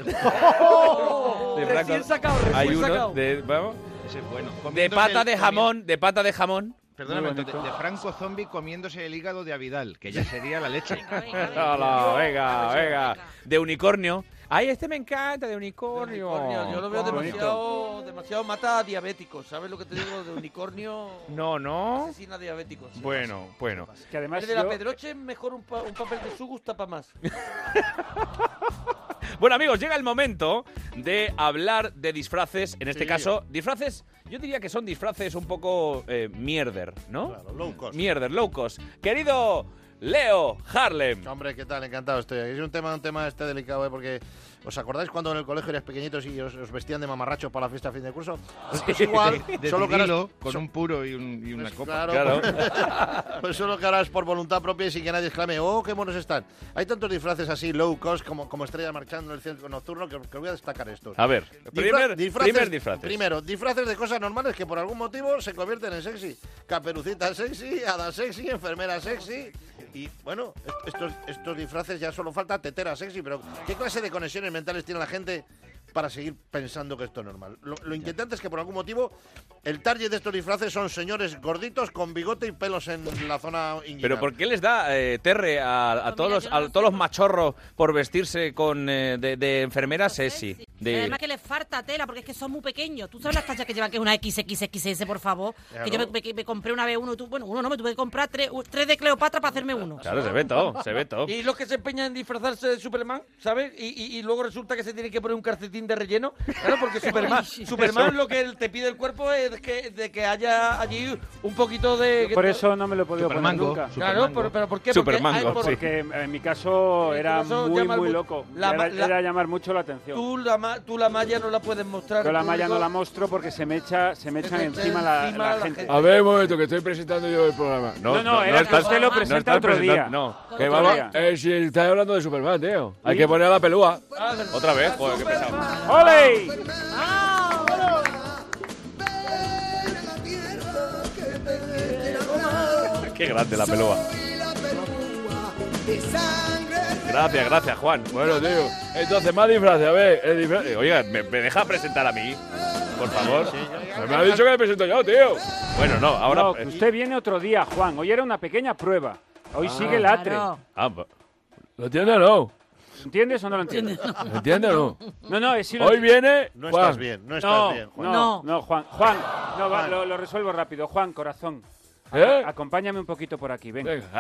De Recién sacado, recién Hay uno sacado. de, vamos, Ese es bueno. de Comiéndose pata el- de comi- jamón, de pata de jamón. Perdóname, Muy de, bonito. de Franco Zombie comiéndose el hígado de Avidal, que ya sería la leche. Hola, venga, venga. De unicornio. Ay, este me encanta, de unicornio. Unicornio, yo lo veo Qué demasiado, demasiado mata a diabéticos. ¿Sabes lo que te digo? De unicornio No, no. asesina a diabéticos. Sí, Bueno, bueno. Que además El de la yo- Pedroche es mejor un, pa- un papel de su gusta para más. Bueno, amigos, llega el momento de hablar de disfraces. En este Sí. caso, disfraces, yo diría que son disfraces un poco eh, mierder, ¿no? Claro, low cost. Mierder, low cost. Querido Leo Harlem. Hombre, ¿qué tal? Encantado estoy. Es un tema, un tema este delicado, ¿eh? Porque ¿os acordáis cuando en el colegio erais pequeñitos y os, os vestían de mamarrachos para la fiesta a fin de curso? Pues es igual, De solo que ahora Cirilo, es- con so- un puro y, un- y una pues copa. Claro, Claro. pues solo que ahora es por voluntad propia y sin que nadie exclame, oh, qué monos están. Hay tantos disfraces así, low cost, como, como Estrella marchando en el centro nocturno, que, que os voy a destacar estos. A ver, Disfra- primer, disfraces- primer disfraces. Primero, disfraces de cosas normales que por algún motivo se convierten en sexy. Caperucita sexy, hada sexy, enfermera sexy. Y bueno, est- estos, estos disfraces ya solo falta tetera sexy, pero ¿qué clase de conexiones mentales tiene la gente para seguir pensando que esto es normal. Lo, lo inquietante es que por algún motivo el target de estos disfraces son señores gorditos con bigote y pelos en la zona inguinal. Pero ¿por qué les da eh, terre a, a Pues todos mira, los, yo no a lo todos sé. los machorros por vestirse con eh, de, de enfermeras? Sexy. Y De... además que les falta tela, porque es que son muy pequeños. ¿Tú sabes las tallas que llevan, que es una equis equis equis ese, por favor? Claro. Que yo me, me- me compré una vez uno, y tú, bueno, uno no, me tuve que comprar tres, u- tres de Cleopatra para hacerme uno. Claro, se ve todo, se ve todo. Y los que se empeñan en disfrazarse de Superman, ¿sabes? Y, y- y luego resulta que se tiene que poner un calcetín de relleno. Claro, porque Superman, Superman lo que él te pide el cuerpo es que, de que haya allí un poquito de... Por eso no me lo he podido poner Supermango, nunca. Claro, pero, pero ¿por qué? Porque Supermango, hay- por- Porque en mi caso era eso muy, llama muy mu- loco. la era, ma- la- era llamar mucho la atención. Tú la, ma- tú la malla no la puedes mostrar. Yo la al malla no público. la muestro porque se me echa, se me echan Se te echa encima la, encima la la gente. gente. A ver, un momento, que estoy presentando yo el programa. No, no, era que usted lo presenta estás otro día. presentando- No. Que Otro vamos, día. eh, si estás hablando de Superman, tío. Hay que poner a la pelúa. Otra vez, joder, qué pesado. ¡Ole! Qué grande la pelúa. Gracias, gracias, Juan. Bueno, tío. Entonces, más disfraces, a ver. El disfraz... Eh, Oiga, ¿me, me deja presentar a mí? Por favor. Pues me ha dicho que me presento yo, tío. Bueno, no, ahora... No, que usted viene otro día, Juan. Hoy era una pequeña prueba. Hoy sigue el atre. Claro. Ah, ba- ¿Lo entiendes o no? ¿Entiendes o no lo entiendes? ¿Lo entiendes o no? No, no, es sí lo Hoy entiendo. viene No Juan. estás bien, no estás No, bien, Juan. no, No. no, Juan. Juan, no, va, Juan. lo, lo resuelvo rápido. Juan, corazón. ¿Eh? Acompáñame un poquito por aquí, ven. Venga.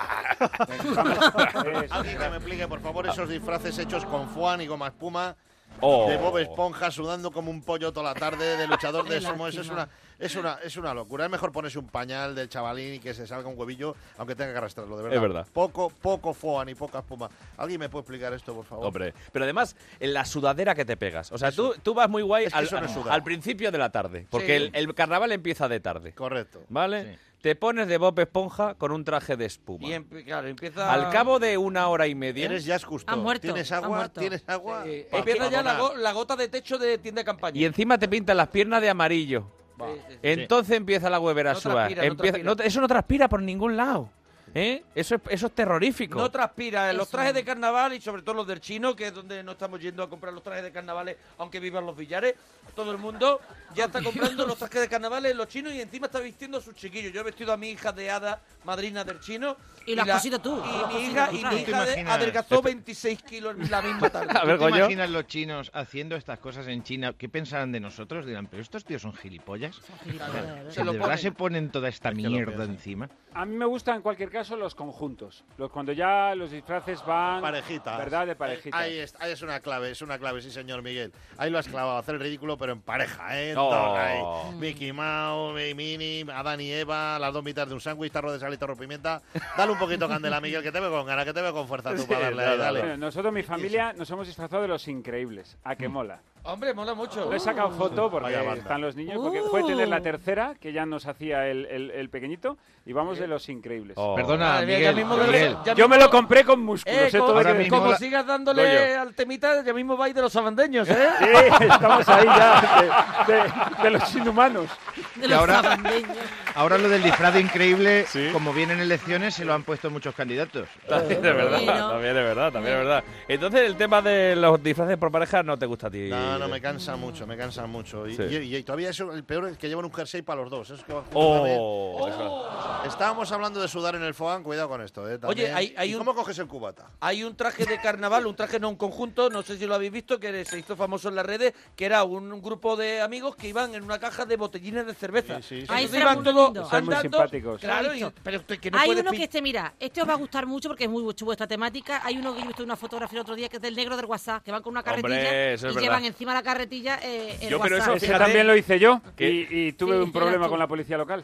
Vamos. Alguien que me explique, por favor, esos disfraces hechos con foam y goma espuma. Oh. De Bob Esponja sudando como un pollo toda la tarde, de luchador de Qué sumo. Eso es lástima. una, es, una, es una locura. Es mejor ponerse un pañal del chavalín y que se salga un huevillo, aunque tenga que arrastrarlo, de verdad. Es verdad. Poco, poco foam y poca espuma. ¿Alguien me puede explicar esto, por favor? Hombre, pero además, en la sudadera que te pegas. O sea, tú, tú vas muy guay Es que al, eso no es sudar. al principio de la tarde. Porque Sí. el, el carnaval empieza de tarde. Correcto. ¿Vale? Sí. Te pones de Bob Esponja con un traje de espuma. Y em- claro, empieza... Al cabo de una hora y media... Eres Jazz Cousteau. Ha muerto, ¿Tienes ha agua? muerto. ¿Tienes agua? eh, Pa- empieza pa ya la, donar. go- la gota de techo de tienda de campaña. Y encima te pintan las piernas de amarillo. Sí, sí, sí. Entonces empieza la huevera a No sudar. transpira, no Empieza- transpira. no- eso no transpira por ningún lado. ¿Eh? Eso, es, eso es terrorífico. No transpira. Los Eso. trajes de carnaval y sobre todo los del chino, que es donde no estamos yendo a comprar los trajes de carnavales, aunque vivan los billares. Todo el mundo ya está comprando los trajes de carnavales, los chinos, y encima está vistiendo a sus chiquillos. Yo he vestido a mi hija de hada, madrina del chino. Y lo has la- cosido tú. Y Lo has mi cosido hija, tú, y claro. mi ¿Tú te hija de- imaginas? adelgazó veintiséis kilos en la misma tarde. A ver, ¿Tú te Goyo. imaginas los chinos haciendo estas cosas en China? ¿Qué pensarán de nosotros? Dirán, pero estos tíos son gilipollas. Gilipollas, Se ¿De lo verdad ponen. se ponen toda esta Es que lo mierda piensan. encima? A mí me gustan en cualquier caso los conjuntos. Los, cuando ya los disfraces van... Parejitas. ¿Verdad? De parejitas. Ahí es, ahí es una clave, es una clave, sí, señor Miguel. Ahí lo has clavado, hacer el ridículo, pero en pareja, ¿eh? Oh. Dos ahí. Mickey Mouse, Mickey Minnie, Adán y Eva, las dos mitades de un sándwich, tarro de sal y tarro de pimienta. Dale un poquito candela, Miguel, que te veo con ganas, que te veo con fuerza tú Sí, para darle ahí, dale, dale. Bueno, nosotros, mi familia, nos hemos disfrazado de los increíbles. ¿A que mola? Hombre, mola mucho. Lo he sacado foto porque Vaya banda. están los niños, porque fue tener Uh. la tercera, que ya nos hacía el, el- el pequeñito, y vamos de los increíbles. Oh. Perdona, Madre mía, Miguel. ya mismo- Miguel. ya Yo mismo- me lo compré con músculos, Eh, ¿eh? Todo como, hay que ahora mismo como la- sigas dándole Goyo. al temita, ya mismo vais de los sabandeños, ¿eh? Sí, estamos ahí ya, de, de- de los inhumanos. De Y los ahora- sabandeños. Ahora lo del disfraz de increíble, como vienen elecciones, se lo han puesto muchos candidatos. También es verdad, Bueno. también es verdad, también es verdad. Entonces el tema de los disfraces por pareja no te gusta a ti. No, no, me cansa mucho, me cansa mucho. Y, Sí. y- y todavía eso, el peor es que llevan un jersey para los dos. Eso es que van juntos también. Oh, eso. Estábamos hablando de sudar en el foam, cuidado con esto, ¿eh? También. Oye, hay- hay ¿Y un- cómo coges el cubata? Hay un traje de carnaval, un traje no un conjunto, no sé si lo habéis visto, que se hizo famoso en las redes, que era un, un grupo de amigos que iban en una caja de botellines de cerveza. Sí, sí, sí. Ay, Entonces será iban muy todos lindo. Son muy andando, simpáticos. Claro, Lo he y- visto. pero que no Hay puedes uno pin- que este, mira, este os va a gustar mucho porque es muy vuestra vuestra temática. Hay uno que yo he visto en una fotografía el otro día que es del negro del WhatsApp, que van con una carretilla Hombre, eso es y verdad. llevan encima la carretilla eh, el Yo, pero WhatsApp. eso, Ese fíjate también lo hice yo que- y, y tuve Sí, un problema eras tú. con la policía local.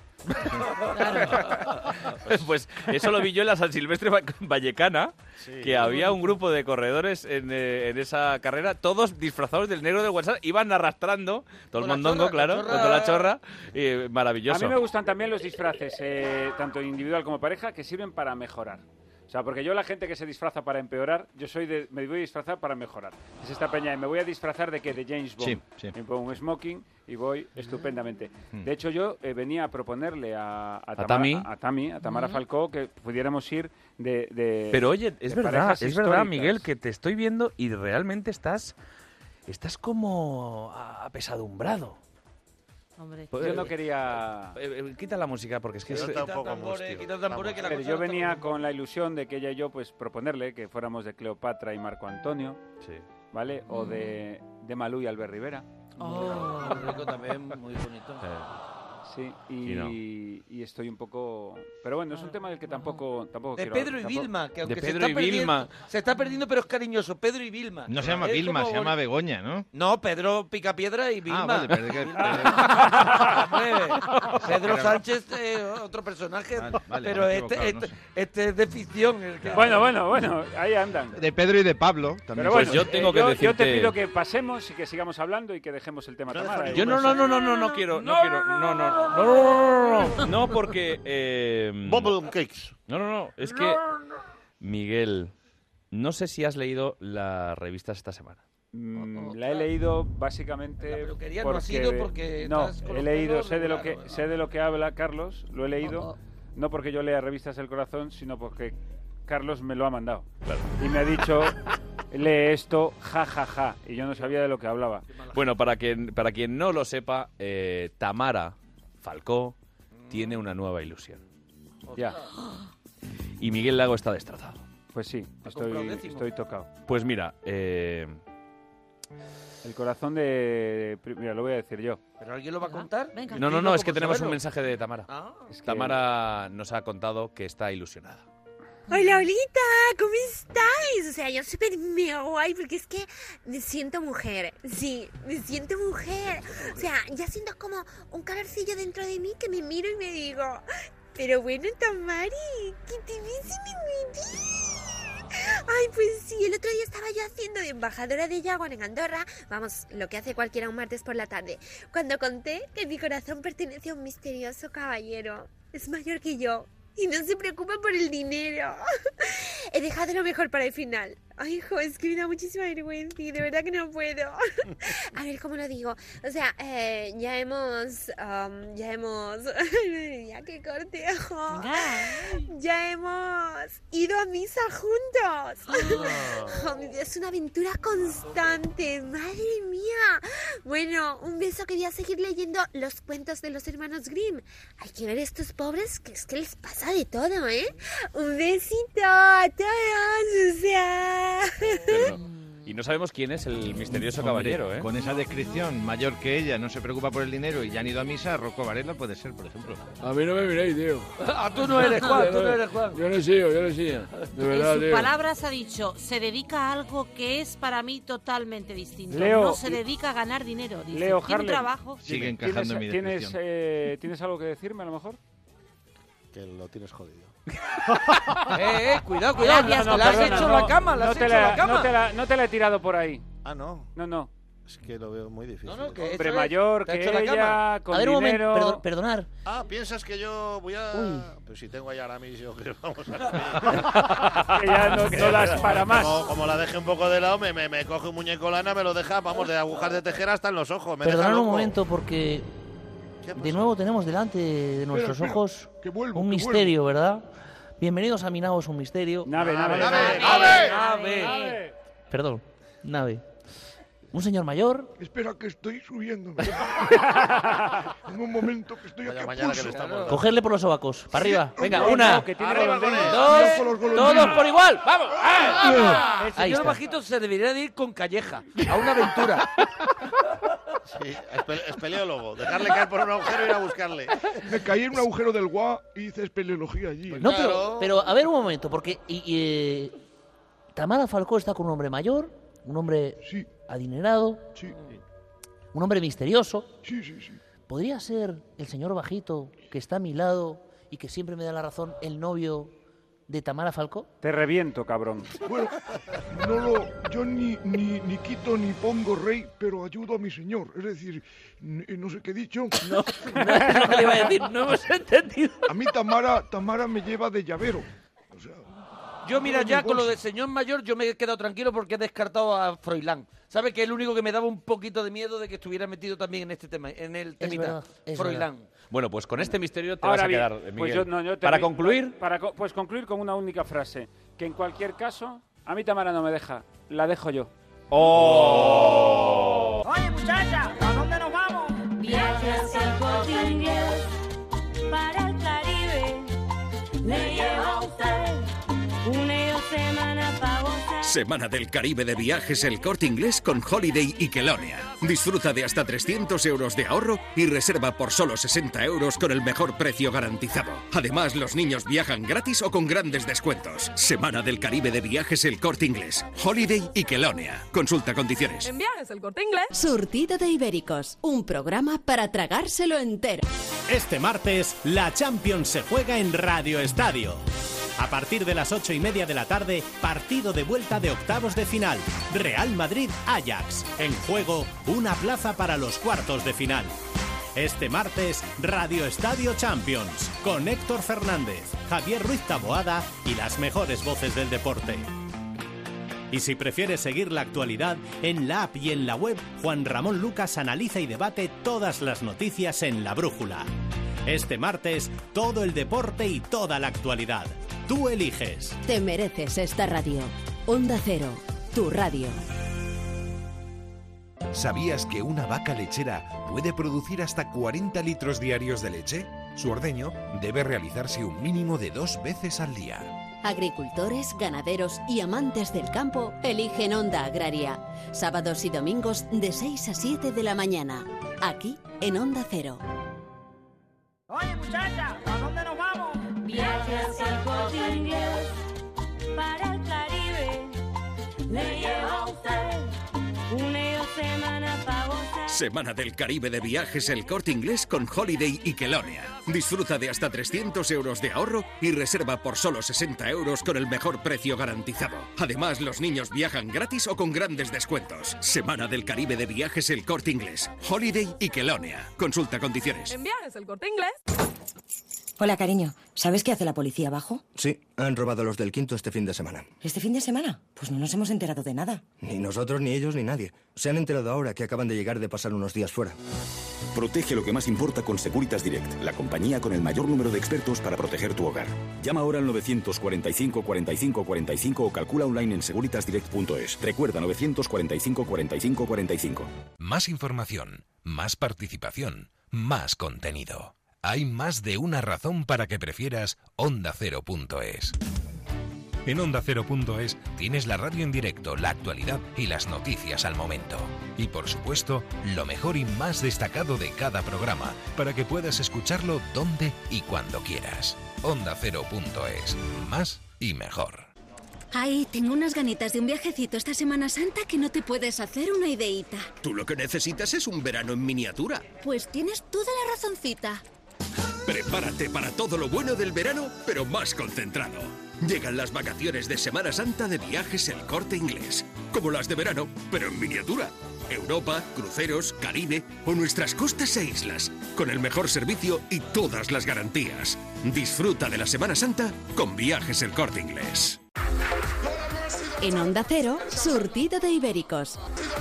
Pues eso lo vi yo en la San Silvestre Va- Vallecana, que había un grupo de corredores en, eh, en esa carrera, todos disfrazados del negro del WhatsApp, iban arrastrando, todo el Con la mondongo, chorra, claro, la con chorra. toda la chorra, y A maravilloso. mí me gustan también los disfraces, eh, tanto individual como pareja, que sirven para mejorar. O sea, porque yo la gente que se disfraza para empeorar, yo soy de, me voy a disfrazar para mejorar. Es esta peña, y me voy a disfrazar de qué, de James Bond. Sí, sí. Me pongo un smoking y voy estupendamente. Mm. De hecho, yo eh, venía a proponerle a, a, Tamara, Tami? a, a Tami, a Tamara Falcó, que pudiéramos ir de, de Pero oye, es de verdad, parejas es verdad, históricas. Miguel, que te estoy viendo y realmente estás estás como apesadumbrado. Hombre. Pues, Yo no quería... Eh, eh, quita la música porque es que... Quita es- un poco tambores, mustio. quita tambores, que la Pero cosa yo no está venía muy- con la ilusión de que ella y yo, pues, proponerle que fuéramos de Cleopatra y Marco Antonio, Sí. ¿vale? O de, de Malú y Albert Rivera. Oh, muy rico también, muy bonito. Sí, y, Y no. y estoy un poco... Pero bueno, es un tema del que tampoco, tampoco De quiero... Pedro y tampoco- Vilma, que aunque De se Pedro está y perdiendo, Vilma. se está perdiendo, pero es cariñoso. Pedro y Vilma. No se llama Es Vilma, como se llama boni- Begoña, ¿no? No, Pedro Picapiedra y Vilma. Ah, vale, pero es que- Hombre, Pedro Sánchez, eh, otro personaje, Vale, vale, pero me he este, equivocado, no este, este es de ficción. el que- Bueno, bueno, bueno, ahí andan. De Pedro y de Pablo. También. Pero bueno, Pues yo tengo eh, que yo, yo te decirte- pido que pasemos y que sigamos hablando y que dejemos el tema Tamara. Yo no, no, no, no, no, no quiero, no quiero, no, no, no, no, no, no, no, no, porque... Eh, Bubblegum Cakes. No, no, no, es que... Miguel, no sé si has leído las revistas esta semana. Mm, la he leído básicamente La peluquería no porque, ha sido porque no, estás con he los leído, pelos sé de lo que regular, ¿no? sé de lo que habla Carlos, lo he leído, no porque yo lea revistas del corazón, sino porque Carlos me lo ha mandado. Y me ha dicho, lee esto, ja, ja, ja, y yo no sabía de lo que hablaba. Bueno, para quien, para quien no lo sepa, eh, Tamara Falcó tiene una nueva ilusión. Ya, Y Miguel Lago está destrozado. pues sí, comprado estoy, décimo. estoy tocado. Pues mira, eh, El corazón de... Mira, lo voy a decir yo. ¿Pero alguien lo va a contar? Venga. no, no, Estoy no, loco es que por tenemos saberlo. un mensaje de Tamara. Ah, Es que- Tamara nos ha contado que está ilusionada. Hola, Olita, ¿cómo estáis? O sea, yo súper mega guay porque es que me siento mujer. Sí, me siento mujer. O sea, ya siento como un calorcillo dentro de mí que me miro y me digo, pero bueno, Tamari, que te ves en mi Ay, pues sí, el otro día estaba yo haciendo de embajadora de Jaguar en Andorra, vamos, lo que hace cualquiera un martes por la tarde, cuando conté que mi corazón pertenece a un misterioso caballero. Es mayor que yo y no se preocupa por el dinero. He dejado lo mejor para el final. Ay, hijo, es que me da muchísima vergüenza y de verdad que no puedo. A ver, ¿cómo lo digo? O sea, eh, ya hemos... um, ya hemos... ya qué cortejo. Ya hemos ido a misa juntos. Oh, mi vida, es una aventura constante. Madre mía. Bueno, un beso, que voy a seguir leyendo los cuentos de los hermanos Grimm. Hay que ver estos pobres, que es que les pasa de todo, ¿eh? Un besito a todos, o sea... Pero no- y no sabemos quién es el misterioso Hombre, caballero, ¿eh? Con esa descripción, mayor que ella, no se preocupa por el dinero y ya han ido a misa, Rocco Varela puede ser, por ejemplo. A mí no me miréis, tío. Ah, tú no eres Juan, tú no eres Juan. Yo no sigo, yo no sigo. De verdad, En sus tío. palabras ha dicho, se dedica a algo que es para mí totalmente distinto. Leo- no se dedica a ganar dinero. Dice. Leo Tiene un Harlem. trabajo. Sigue ¿Tienes, encajando en mi ¿tienes, descripción. eh, ¿Tienes algo que decirme a lo mejor? Que lo tienes jodido. Eh, eh, cuidado, cuidado. Gracias, la, la has perdona, hecho no, la cama, la no has te hecho la, la cama. No te la, no te la he tirado por ahí. Ah, no. No, no. Es que lo veo muy difícil. No, no, que Hombre eso es- mayor te ha que hecho la ella, cama. con A ver, un momento, dinero... perdón- perdonar. Ah, ¿piensas que yo voy a...? Pues si tengo ahí ahora mismo que vamos a... Que ya no, no das para más. Como, como la deje un poco de lado, me, me, me coge un muñeco lana, me lo deja, vamos, de agujas de tejer hasta en los ojos. Me deja Perdonad un loco. momento porque de nuevo tenemos delante de nuestros espera, ojos que vuelvo, un que misterio, ¿verdad? Bienvenidos a Mi Nao es un misterio. Nave, nave, Nave, nave. nave. Nave. Perdón, nave. Un señor mayor. Espera, que estoy subiendo. En un momento que estoy Vaya aquí a mañana que pulso. le estamos... Cogerle por los sobacos. Para arriba. Venga, No, una, que tiene Arriba golondrina. con él. dos, Con los todos golondrinos. por igual. ¡Vamos! El Ahí señor está. Bajito se debería de ir con Calleja a una aventura. Sí, espe- espeleólogo. Dejarle caer por un agujero y ir a buscarle. Me caí en un agujero del Gua y hice espeleología allí. No, Claro. pero, pero a ver un momento, porque y, y, eh, Tamara Falcó está con un hombre mayor, un hombre Sí, adinerado, sí, un hombre misterioso. sí, sí, sí. ¿Podría ser el señor Bajito, que está a mi lado y que siempre me da la razón, el novio de Tamara Falcó? Te reviento, cabrón. Bueno, no lo, yo ni, ni, ni quito ni pongo rey, pero ayudo a mi señor. Es decir, n- no sé qué he dicho. No, no es lo que le iba a decir, no hemos entendido. A mí Tamara, Tamara me lleva de llavero. O sea, Yo, mira, Ay, ya mi con lo bolsa. del señor mayor, yo me he quedado tranquilo porque he descartado a Froilán. ¿Sabes? Que es el único que me daba un poquito de miedo de que estuviera metido también en este tema, en el temita. verdad, es Froilán. Bueno, pues con este misterio te Ahora vas a bien, quedar, Miguel. pues yo, no, yo Para termi- concluir, para co- pues concluir con una única frase, que en cualquier caso, a mí Tamara no me deja, la dejo yo. ¡oh! Semana del Caribe de Viajes El Corte Inglés con Holiday y Kelonia. Disfruta de hasta trescientos euros de ahorro y reserva por solo sesenta euros con el mejor precio garantizado. Además, los niños viajan gratis o con grandes descuentos. Semana del Caribe de Viajes El Corte Inglés, Holiday y Kelonia. Consulta condiciones. En Viajes El Corte Inglés. Surtido de Ibéricos, un programa para tragárselo entero. Este martes, la Champions se juega en Radio Estadio. A partir de las ocho y media de la tarde, partido de vuelta de octavos de final. Real Madrid-Ajax. En juego, una plaza para los cuartos de final. Este martes, Radio Estadio Champions, con Héctor Fernández, Javier Ruiz Taboada y las mejores voces del deporte. Y si prefieres seguir la actualidad, en la app y en la web, Juan Ramón Lucas analiza y debate todas las noticias en La Brújula. Este martes, todo el deporte y toda la actualidad. Tú eliges. Te mereces esta radio. Onda Cero, tu radio. ¿Sabías que una vaca lechera puede producir hasta cuarenta litros diarios de leche? Su ordeño debe realizarse un mínimo de dos veces al día. Agricultores, ganaderos y amantes del campo eligen Onda Agraria. Sábados y domingos de seis a siete de la mañana. Aquí en Onda Cero. Oye, muchacha, ¿a dónde nos vamos? Viajes El Corte Inglés para el Caribe. Le lleva a usted una semana para gozar. Semana del Caribe de Viajes El Corte Inglés con Holiday y Kelonia. Disfruta de hasta trescientos euros de ahorro y reserva por solo sesenta euros con el mejor precio garantizado. Además, los niños viajan gratis o con grandes descuentos. Semana del Caribe de Viajes El Corte Inglés, Holiday y Kelonia. Consulta condiciones. En Viajes El Corte Inglés. Hola, cariño. ¿Sabes qué hace la policía abajo? Sí, han robado los del Quinto este fin de semana. ¿Este fin de semana? Pues no nos hemos enterado de nada. Ni nosotros, ni ellos, ni nadie. Se han enterado ahora que acaban de llegar de pasar unos días fuera. Protege lo que más importa con Securitas Direct, la compañía con el mayor número de expertos para proteger tu hogar. Llama ahora al novecientos cuarenta y cinco, cuarenta y cinco, cuarenta y cinco o calcula online en securitas direct punto es. Recuerda, novecientos cuarenta y cinco, cuarenta y cinco, cuarenta y cinco. Más información, más participación, más contenido. Hay más de una razón para que prefieras onda cero punto es. En onda cero punto es tienes la radio en directo, la actualidad y las noticias al momento. Y por supuesto, lo mejor y más destacado de cada programa, para que puedas escucharlo donde y cuando quieras. onda cero punto es. Más y mejor. Ay, tengo unas ganitas de un viajecito esta Semana Santa que no te puedes hacer una ideíta. Tú lo que necesitas es un verano en miniatura. Pues tienes toda la razoncita. Prepárate para todo lo bueno del verano, pero más concentrado. Llegan las vacaciones de Semana Santa de Viajes El Corte Inglés. Como las de verano, pero en miniatura. Europa, cruceros, Caribe o nuestras costas e islas. Con el mejor servicio y todas las garantías. Disfruta de la Semana Santa con Viajes El Corte Inglés. En Onda Cero, Surtido de Ibéricos.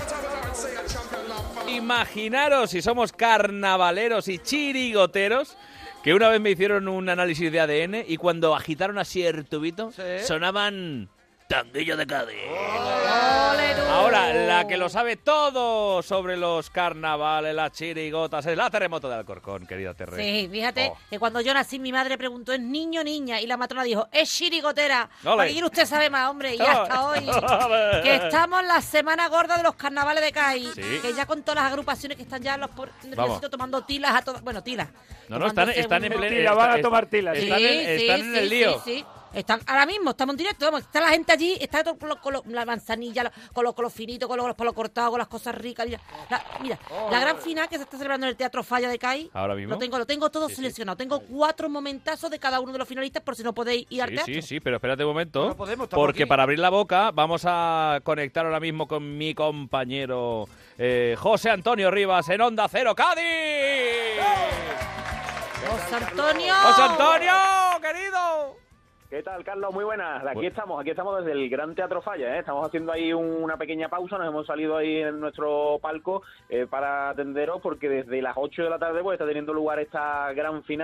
Imaginaros si somos carnavaleros y chirigoteros, que una vez me hicieron un análisis de A D N y cuando agitaron así el tubito, ¿sí?, sonaban Tanguillo de Cádiz. Ahora, la que lo sabe todo sobre los carnavales, las chirigotas, es la Terremoto de Alcorcón, querida Terre. Sí, fíjate Oh. que cuando yo nací mi madre preguntó, ¿es niño o niña? Y la matrona dijo, es chirigotera. Ole. Para que usted sabe más, hombre. Y hasta hoy, que estamos en la semana gorda de los carnavales de Cádiz, Sí. que ya con todas las agrupaciones que están ya los por- nerviositos tomando tilas a todas, bueno, tilas. No, no, están, tomándose están en un- pleno... Tila, van a está- tomar tilas. Están, Sí, en, sí, están en sí, el lío. sí, sí. Están, ahora mismo estamos en directo, vamos, está la gente allí, está todo con, lo- con lo- la manzanilla, lo- con los con lo finitos, con los, los palos cortados, con las cosas ricas. Mira, la, mira, la gran final que se está celebrando en el Teatro Falla de Cádiz. Ahora mismo. Lo tengo, lo tengo todo Sí, sí. seleccionado. Tengo cuatro momentazos de cada uno de los finalistas por si no podéis ir al Sí, teatro. sí, sí, pero espérate un momento, No podemos, estamos porque aquí. para abrir la boca vamos a conectar ahora mismo con mi compañero eh, José Antonio Rivas en Onda Cero Cádiz. ¡José Antonio! ¡José Antonio, querido! ¿Qué tal, Carlos? Muy buenas. Aquí Bueno. estamos, aquí estamos desde el Gran Teatro Falla, ¿eh? Estamos haciendo ahí un- una pequeña pausa, nos hemos salido ahí en nuestro palco eh, para atenderos porque desde las ocho de la tarde pues está teniendo lugar esta gran final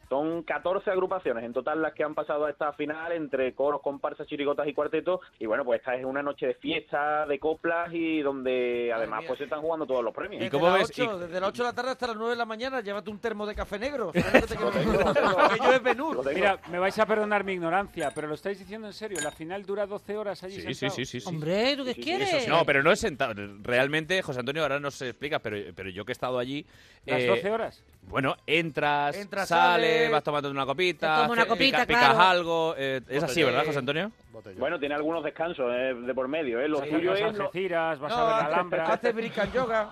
Son catorce agrupaciones en total las que han pasado a esta final, entre coros, comparsas, chirigotas y cuartetos. Y bueno, pues esta es una noche de fiesta, de coplas y donde además pues se están jugando todos los premios. ¿Y cómo ves? ocho, desde las ocho de la tarde hasta las nueve de la mañana, llévate un termo de café negro. ¿Sabes lo que te quiero decir? Que yo es Benur. Mira, me vais a perdonar mi ignorancia, pero lo estáis diciendo en serio. La final dura doce horas allí Sí, sí, sentado. sí, sí, sí. Hombre, ¿tú qué Sí, sí, quieres? eso sí. No, pero no es sentado. Realmente, José Antonio ahora nos explica, pero, pero yo que he estado allí... ¿Las eh, doce horas? Bueno, entras, Entras, sales, sales, vas tomando una copita, te tomas una hace- copita, pica- claro. picas algo. eh, es así, ¿verdad, José Antonio? Bueno, tiene algunos descansos eh, de por medio, ¿eh? Lo Sí, suyo vas a es... no- Algeciras, vas No, a ver la hace- Alhambra. hace brican yoga.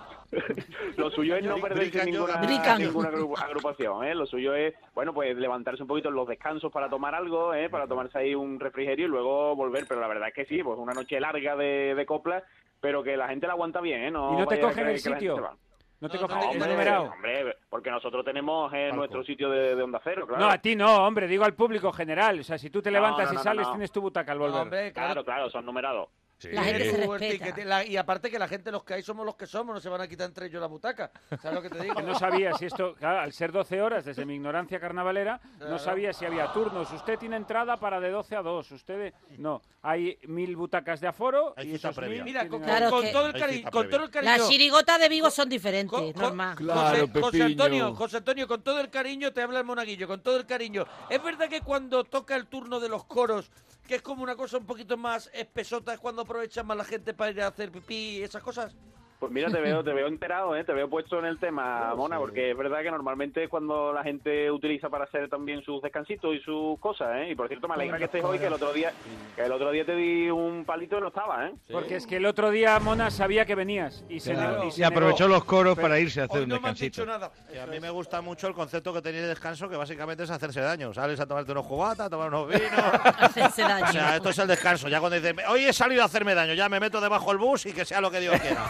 Lo suyo es no Bric- perderse brican ninguna, yoga. Brican. ninguna agru- agrupación, ¿eh? Lo suyo es, bueno, pues levantarse un poquito en los descansos para tomar algo, ¿eh? Para tomarse ahí un refrigerio y luego volver. Pero la verdad es que sí, pues una noche larga de, de coplas, pero que la gente la aguanta bien, ¿eh? No ¿Y no te vaya a cogen creer el que la gente sitio? se va. ¿No te No, cogen no, el Hombre, numerado? hombre, porque nosotros tenemos eh, nuestro sitio de, de Onda Cero, claro. No, a ti no, hombre, digo al público general. O sea, si tú te No, levantas no, y no, sales, no. tienes tu butaca al No, volver. hombre, claro. Claro, claro, son numerados. La gente se Tú, el respeta. ticket, la- y aparte que la gente, los que hay somos los que somos, no se van a quitar entre ellos la butaca. ¿Sabes lo que te digo? Que no sabía si esto, claro, al ser doce horas, desde mi ignorancia carnavalera, Claro. no sabía si había turnos. Usted tiene entrada para de doce a dos, usted no. Hay mil butacas de aforo Hay y cita esos previa. mil Mira, con, tienen- Claro con que- todo el Hay cariño, cita con todo el cariño. Las chirigotas de Vigo son diferentes, Jo- jo- normal. José, Claro, José Pepiño. Antonio, José Antonio, con todo el cariño te habla el monaguillo, con todo el cariño. ¿Es verdad que cuando toca el turno de los coros, que es como una cosa un poquito más espesota, es cuando aprovechan más la gente para ir a hacer pipí y esas cosas? Pues mira, te veo, te veo enterado, ¿eh? Te veo puesto en el tema, Mona, porque es verdad que normalmente es cuando la gente utiliza para hacer también sus descansitos y sus cosas, ¿eh? Y por cierto, me alegra que estés hoy, que el otro día, que el otro día te di un palito y no estaba, ¿eh? Porque es que el otro día Mona sabía que venías y se, Claro. ne- y se Y aprovechó negó. los coros para irse a hacer Hoy un no me han descansito. dicho nada. Y a mí me gusta mucho el concepto que tenéis de descanso, que básicamente es hacerse daño. Sales a tomarte unos cubatas, a tomar unos vinos. Hacerse daño. O sea, esto es el descanso. Ya cuando dices, hoy he salido a hacerme daño, ya me meto debajo del bus y que sea lo que Dios quiera.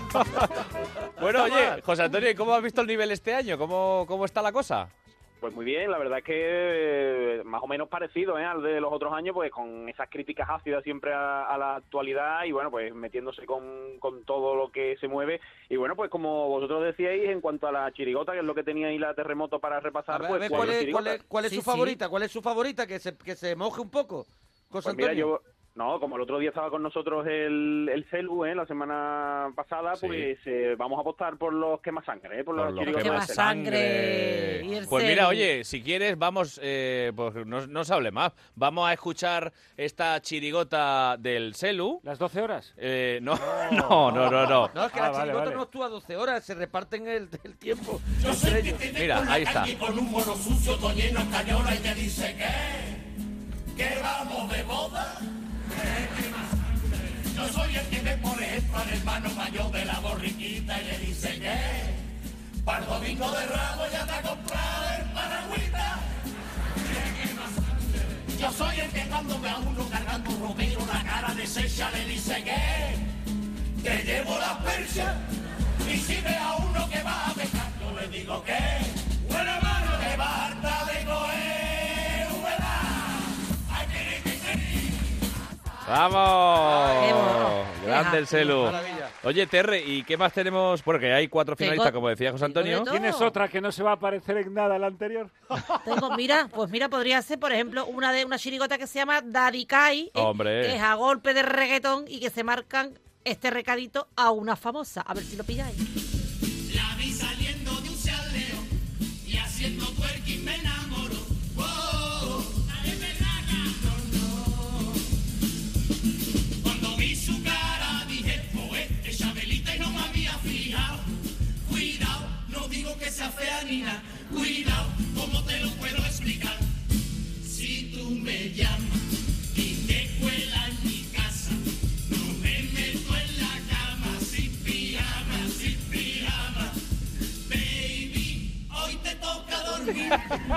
Bueno, oye, José Antonio, ¿y cómo has visto el nivel este año? ¿Cómo, cómo está la cosa? Pues muy bien, la verdad es que eh, más o menos parecido, ¿eh? Al de los otros años, pues con esas críticas ácidas siempre a, a la actualidad y bueno, pues metiéndose con, con todo lo que se mueve. Y bueno, pues como vosotros decíais, en cuanto a la chirigota, que es lo que tenía ahí la terremoto para repasar, A ver, pues a ver, cuatro ¿cuál es, chirigotas. cuál es- cuál es Sí, su sí. favorita? ¿Cuál es su favorita? Que se, que se moje un poco. José Pues mira, Antonio. yo, no, como el otro día estaba con nosotros el, el Celu, ¿eh? La semana pasada, Sí. pues eh, vamos a apostar por los quemas sangre, ¿eh? Por, Por los lo chirigotas que del más Celu. sangre y el Pues celu. mira, oye, si quieres, vamos, eh, pues no, no se hable más. Vamos a escuchar esta chirigota del Celu. ¿Las doce horas? Eh, no, no, no, no, no. No, es que Ah, la vale, chirigota vale. no actúa doce horas, se reparten el, el tiempo entre ellos. Mira, ahí está. Con un mono sucio, toñeno, cañola y te dice que, que vamos de boda. Yo soy el que me pone esto al hermano mayor de la borriquita y le dice que para el domingo de rabo ya te ha comprado el paragüita. Yo soy el que cuando ve a uno cargando un romero la cara deshecha le dice que te llevo la persia. Y si ve a uno que va a pescar yo le digo que buena mano que va harta de coger humedad. Ay, querí, querí, querí. ¡Vamos! Qué bueno. Grande el Celu. Maravilla. Oye, Terre, ¿y qué más tenemos? Porque hay cuatro Tengo- finalistas, como decía José tengo de Antonio. todo. ¿Tienes otra que no se va a parecer en nada a la anterior? Tengo, mira, pues mira, podría ser, por ejemplo, una de una chirigota que se llama Daddy Kai, eh, Hombre. que es a golpe de reggaetón y que se marcan este recadito a una famosa. A ver si lo pilláis. La vi saliendo de un saleo y haciendo twerking me enamoró. Oh, es verdad, no, no. Cuando vi su cara dije, pues, es Chabelita y no me había fijado. Cuidado, no digo que sea fea ni nada. Cuidado, ¿cómo te lo puedo explicar? Si tú me llamas y te cuela en mi casa, no me meto en la cama sin pijama, sin pijama. Baby, hoy te toca dormir.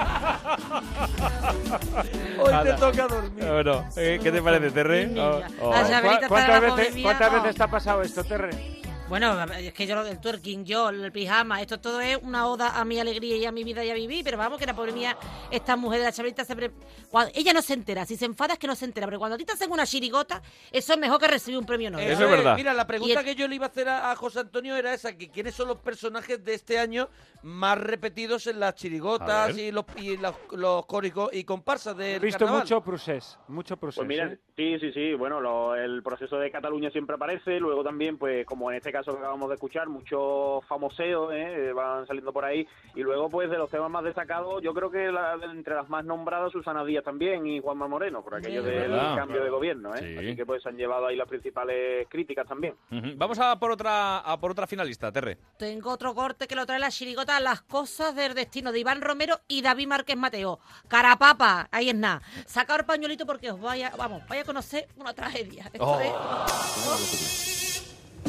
Hoy te Anda. toca dormir. Bueno, eh, ¿qué te parece, Terre? Niña. Oh, oh. La Chabelita ¿Cu- está ¿Cuántas la pobre veces, mía, ¿cuántas no. veces te ha pasado esto, Terre? Bueno, es que yo lo del twerking, yo, el pijama, esto todo es una oda a mi alegría y a mi vida y a vivir, pero vamos, que la pobre mía, esta mujer de la Chabelita, se pre... cuando... ella no se entera, si se enfada es que no se entera, pero cuando a ti te hacen una chirigota, eso es mejor que recibir un premio Nobel. Eso es verdad. Mira, la pregunta el... que yo le iba a hacer a, a José Antonio era esa, que ¿quiénes son los personajes de este año más repetidos en las chirigotas y los, y los, los córicos y comparsas del He visto carnaval? mucho procés, mucho procés. Pues mira, ¿eh? sí, sí, sí, bueno, lo- el proceso de Cataluña siempre aparece, luego también, pues como en este caso que acabamos de escuchar, muchos famoseos ¿eh? van saliendo por ahí, y luego pues de los temas más destacados, yo creo que la- entre las más nombradas, Susana Díaz también y Juanma Moreno, por aquello Es del verdad. cambio de gobierno, ¿eh? Sí. Así que pues han llevado ahí las principales críticas también. Ujú. Vamos a por otra a por otra finalista, Terre. Tengo otro corte que lo trae la chirigota Las cosas del destino de Iván Romero y David Márquez Mateo. Carapapa, ahí es nada. Saca el pañuelito porque os vaya, vamos, vaya a conocer una tragedia. Esto Oh. es...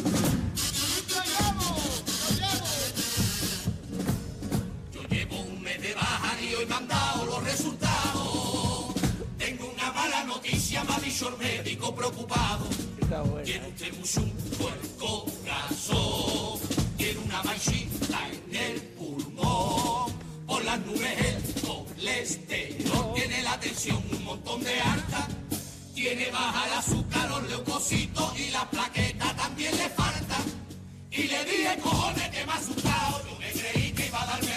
Yo llevo un mes de baja y hoy me han dado los resultados. Tengo una mala noticia, me ha dicho el médico preocupado. Tiene usted mucho por el corazón. Tiene una manchita en el pulmón. Por las nubes el colesterol. Tiene la tensión un montón de alta. Tiene baja el azúcar, los leucocitos y la plaqueta también le falta. Y le dije, cojones, que me ha asustado. Yo me creí que iba a darme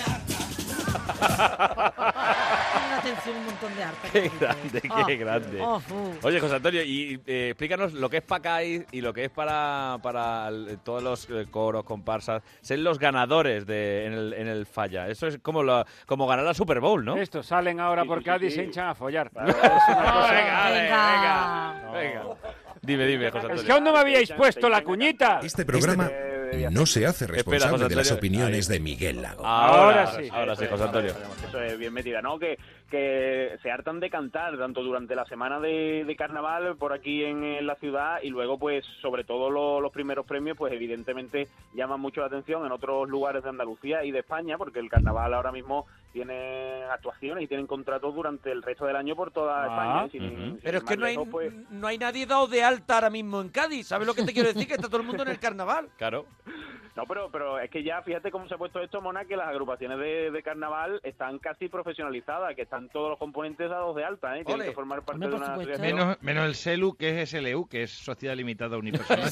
Tiene una tensión un montón de arte. Qué grande, qué Ah, grande. oh, uh. Oye, José Antonio, y eh, explícanos lo que es para acá y, y lo que es para, para el- todos los eh, coros, comparsas, ser los ganadores de, en, el, en el falla. Eso es como, la, como ganar la Super Bowl, ¿no? Estos salen ahora Sí, por sí, Cádiz y sí. se hinchan a follar. Claro. Es una cosa- Venga, ale, Venga. venga, venga. Dime, dime, José Es Antonio. que aún no me habíais puesto la cuñita. Este programa no se hace Espera, responsable José de las Antonio. opiniones de Miguel Lago. Ahora, Ahora sí. ahora sí, Eso José es, Antonio. Eso es bien metida, ¿no? Que, que se hartan de cantar tanto durante la semana de, de carnaval por aquí en, en la ciudad, y luego pues sobre todo lo- los primeros premios pues evidentemente llaman mucho la atención en otros lugares de Andalucía y de España, porque el carnaval ahora mismo tiene actuaciones y tienen contratos durante el resto del año por toda Ah, España. ¿eh? Sin- ujú. sin Pero es ir que más no hay, lejos, pues, no hay nadie dado de alta ahora mismo en Cádiz. ¿Sabes lo que te quiero decir? Que está todo el mundo en el carnaval. Claro. No, pero, pero es que ya fíjate cómo se ha puesto esto, Mona, que las agrupaciones de, de carnaval están casi profesionalizadas, que están todos los componentes dados de alta, ¿eh? Tienen Ole. que formar parte Hombre, de por una supuesto. asociación. Menos, menos el S E L U, que es S L U, que es Sociedad Limitada Unipersonal.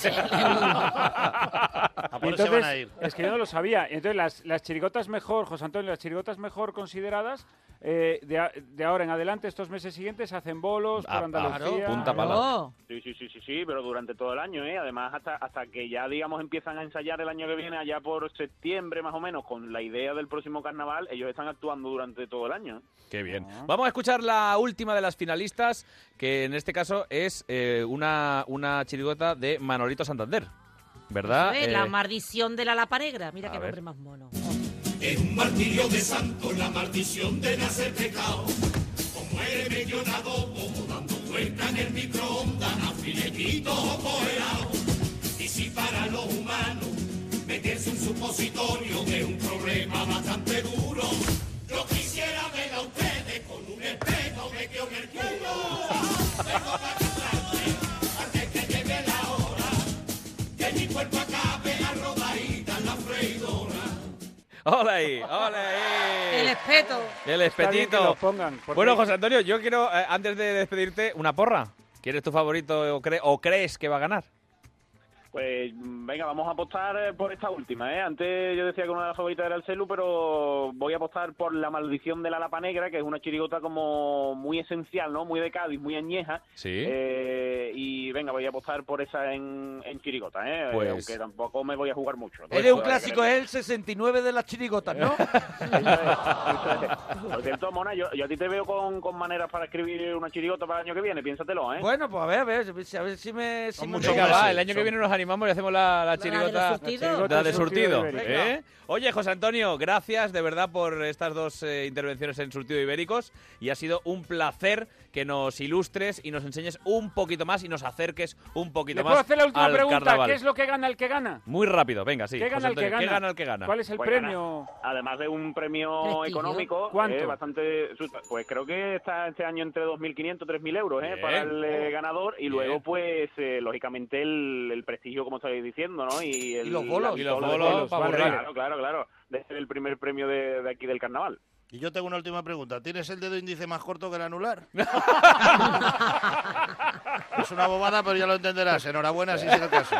A por Y eso se van a entonces, ir. es que yo no lo sabía. Entonces, las, las chirigotas mejor, José Antonio, las chirigotas mejor consideradas, eh, de, a- de ahora en adelante, estos meses siguientes, hacen bolos por Ah, Andalucía. punta pala. Oh. Sí, sí, sí, sí, sí, pero durante todo el año, ¿eh? Además, hasta hasta que ya, digamos, empiezan a ensayar el año que viene, allá por septiembre más o menos, con la idea del próximo carnaval, ellos están actuando durante todo el año. Qué bien. Vamos a escuchar la última de las finalistas, que en este caso es eh, una, una chirigota de Manolito Santander. ¿Verdad? Eso es, La Eh, maldición de la lapa negra. Mira a qué ver. nombre más mono. Es un martirio de santo, la maldición de nacer pecado. Como eres medio nado, como dando vuelta en el microondas, a filetito o congelado. Y si para los humanos meterse un supositorio es un problema bastante duro, yo quisiera ver a ustedes con un espejo metido en el culo. Vengo para cansarme, antes que llegue la hora, que mi cuerpo acabe a rodadita en la freidora. ¡Hola ahí! ¡Hola ahí! El espeto. El Está bien que espetito. lo pongan, porque- Bueno, José Antonio, yo quiero, eh, antes de despedirte, una porra. ¿Quieres tu favorito o, cre- o crees que va a ganar? Pues venga, vamos a apostar eh, por esta última, ¿eh? Antes yo decía que una de las favoritas era el Celu, pero voy a apostar por La maldición de la lapa negra, que es una chirigota como muy esencial, ¿no? Muy de Cádiz, muy añeja. Sí. Eh, y venga, voy a apostar por esa en, en chirigota, ¿eh? Pues- Aunque tampoco me voy a jugar mucho. Eres un clásico, es el sesenta y nueve de las chirigotas, ¿no? Por cierto, Mona, yo, yo a ti te veo con, con maneras para escribir una chirigota para el año que viene, piénsatelo, ¿eh? Bueno, pues a ver, a ver, a ver si me... Si me Venga, va, el año que viene nos animamos y hacemos la, la de chirigota los surtidos. la de surtido. Ibérico. ¿eh? Oye, José Antonio, gracias de verdad por estas dos eh, intervenciones en Surtido Ibéricos, y ha sido un placer que nos ilustres y nos enseñes un poquito más y nos acerques un poquito ¿Le más puedo hacer la última al pregunta? carnaval. ¿Qué es lo que gana el que gana? Muy rápido, venga, sí. ¿Qué gana José el que Antonio, ¿qué gana? gana el que gana? ¿Cuál es el Pues premio? gana, además de un premio Prestigio. económico, ¿Cuánto? eh, bastante, pues creo que está este año entre dos mil quinientos y tres mil euros eh, Bien. para el eh, Oh. ganador, y Bien. luego pues eh, lógicamente el, el prestigio prestigio, como estáis diciendo, ¿no? Y, el, Y los bolos. la Y los pistola de bolos bolos, para claro, aburrir. claro, claro. De ser el primer premio de, de aquí del carnaval. Y yo tengo una última pregunta. ¿Tienes el dedo índice más corto que el anular? Es una bobada, pero ya lo entenderás. Enhorabuena si es el caso.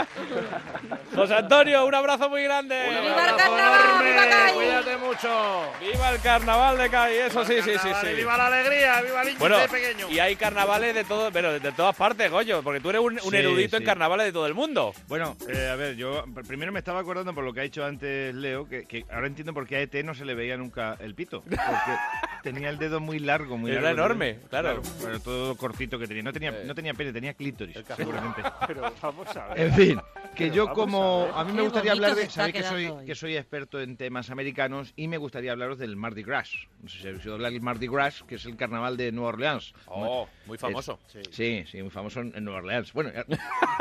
José Antonio, un abrazo muy grande. ¡Viva el carnaval! ¡Viva Cádiz! Cuídate mucho. ¡Viva el carnaval de Cádiz! Eso sí, sí, sí, Carnaval, sí. ¡Viva la alegría! ¡Viva el índice Bueno, pequeño! y hay carnavales de todo, pero de todas partes, Goyo, porque tú eres un, un Sí, erudito en sí. carnavales de todo el mundo. Bueno, eh, a ver, yo primero me estaba acordando por lo que ha dicho antes Leo, que, que ahora entiendo por qué a E T no se le veía nunca el pito. Porque tenía el dedo muy largo, muy Era largo. enorme, claro. Pero todo cortito que tenía. No tenía, no tenía pene, tenía clítoris, seguramente. Pero vamos a ver. En fin, que Pero yo vamos como... a ver. A mí me Qué gustaría bonito hablar se de... está Sabéis que soy, quedando hoy. que soy experto en temas americanos y me gustaría hablaros del Mardi Gras. No sé si habéis oído hablar del Mardi Gras, que es el carnaval de Nueva Orleans. Oh, muy famoso. Es- sí, sí, muy famoso en en Nueva Orleans. Bueno, ya-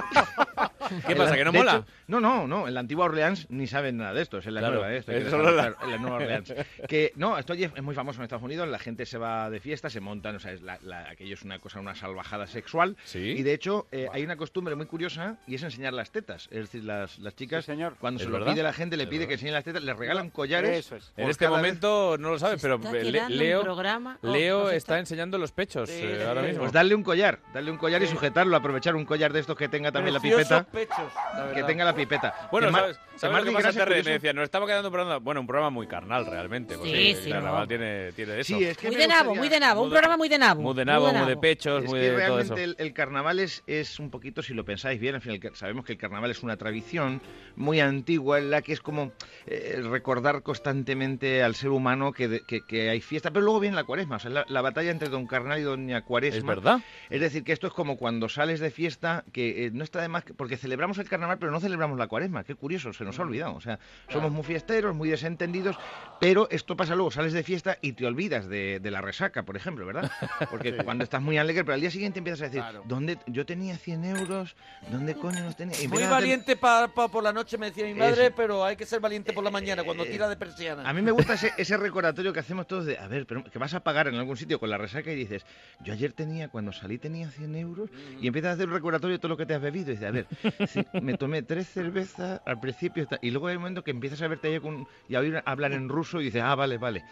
¿Qué En pasa, la- que no de mola? hecho, no, no, no. En la antigua Orleans ni saben nada de esto. Es en la Claro, nueva, ¿eh? Esto hay es que solo dejarlo la- claro, en la nueva Orleans. Que, no, esto allí es muy famoso en Estados Unidos. La gente se va de fiesta, se montan, o sea, es la- la- aquello es una cosa, una salvajada sexual. Sí. Y de hecho, eh, hay una costumbre muy curiosa y es enseñar las tetas. Es decir, las, las chicas, cuando ¿Es se lo verdad? pide la gente, le Es pide verdad. que enseñen las tetas, les regalan collares. Eso es. En por este cada vez. momento no lo sabes, pero está Le- quedando un Leo, programa. Oh, Leo nos está enseñando los pechos Sí, eh, sí, ahora sí. mismo. Pues darle un collar, darle un collar y sujetarlo, aprovechar un collar de estos que tenga también la Preciosos pipeta. pechos, la Que verdad. tenga la pipeta. Bueno, Que ma- ¿sabes, que ¿sabes lo Mardi que pasa, Gras es Terry? Me curioso. decía, nos estamos quedando un programa, bueno, un programa muy carnal realmente. Porque Sí, el sí. carnaval tiene, tiene eso. Sí, es que Muy me de nabo, gustaría- muy de nabo. Un Muy de- programa muy de nabo. Muy de nabo, muy de pechos, Es muy que de todo eso. realmente el, el carnaval es, es un poquito, si lo pensáis bien, al final sabemos que el carnaval es una tradición muy antigua en la que es como eh, recordar constantemente al ser humano que, de- que, que hay fiesta, pero luego viene la cuaresma, o sea, la, la batalla entre Don Carnal y Doña Cuaresma. ¿Es verdad? Es decir, que esto es como cuando sales de fiesta, que eh, no está de más, que- porque celebramos el carnaval, pero no celebramos la cuaresma, qué curioso, se nos ha olvidado, o sea, somos muy fiesteros, muy desentendidos, pero esto pasa luego, sales de fiesta y te olvidas de, de la resaca, por ejemplo, ¿verdad? Porque Sí. cuando estás muy alegre, pero al día siguiente empiezas a decir, ¿dónde yo tenía cien euros? ¿Dónde coño los tenía? Y Muy empiezas a hacer- valiente pa, pa- por la noche, me decía mi madre, Eso. pero hay que ser valiente por la mañana, cuando tira de persiana. A mí me gusta ese, ese recordatorio que hacemos todos de, a ver, pero que vas a pagar en algún sitio con la resaca y dices, yo ayer tenía, cuando salí tenía cien euros, y empiezas a hacer un recordatorio de todo lo que te has bebido y dices, a ver, sí, me tomé tres cervezas al principio ta- y luego hay un momento que empiezas a verte ahí con, y a oír hablar en ruso y dices, ah, vale, vale.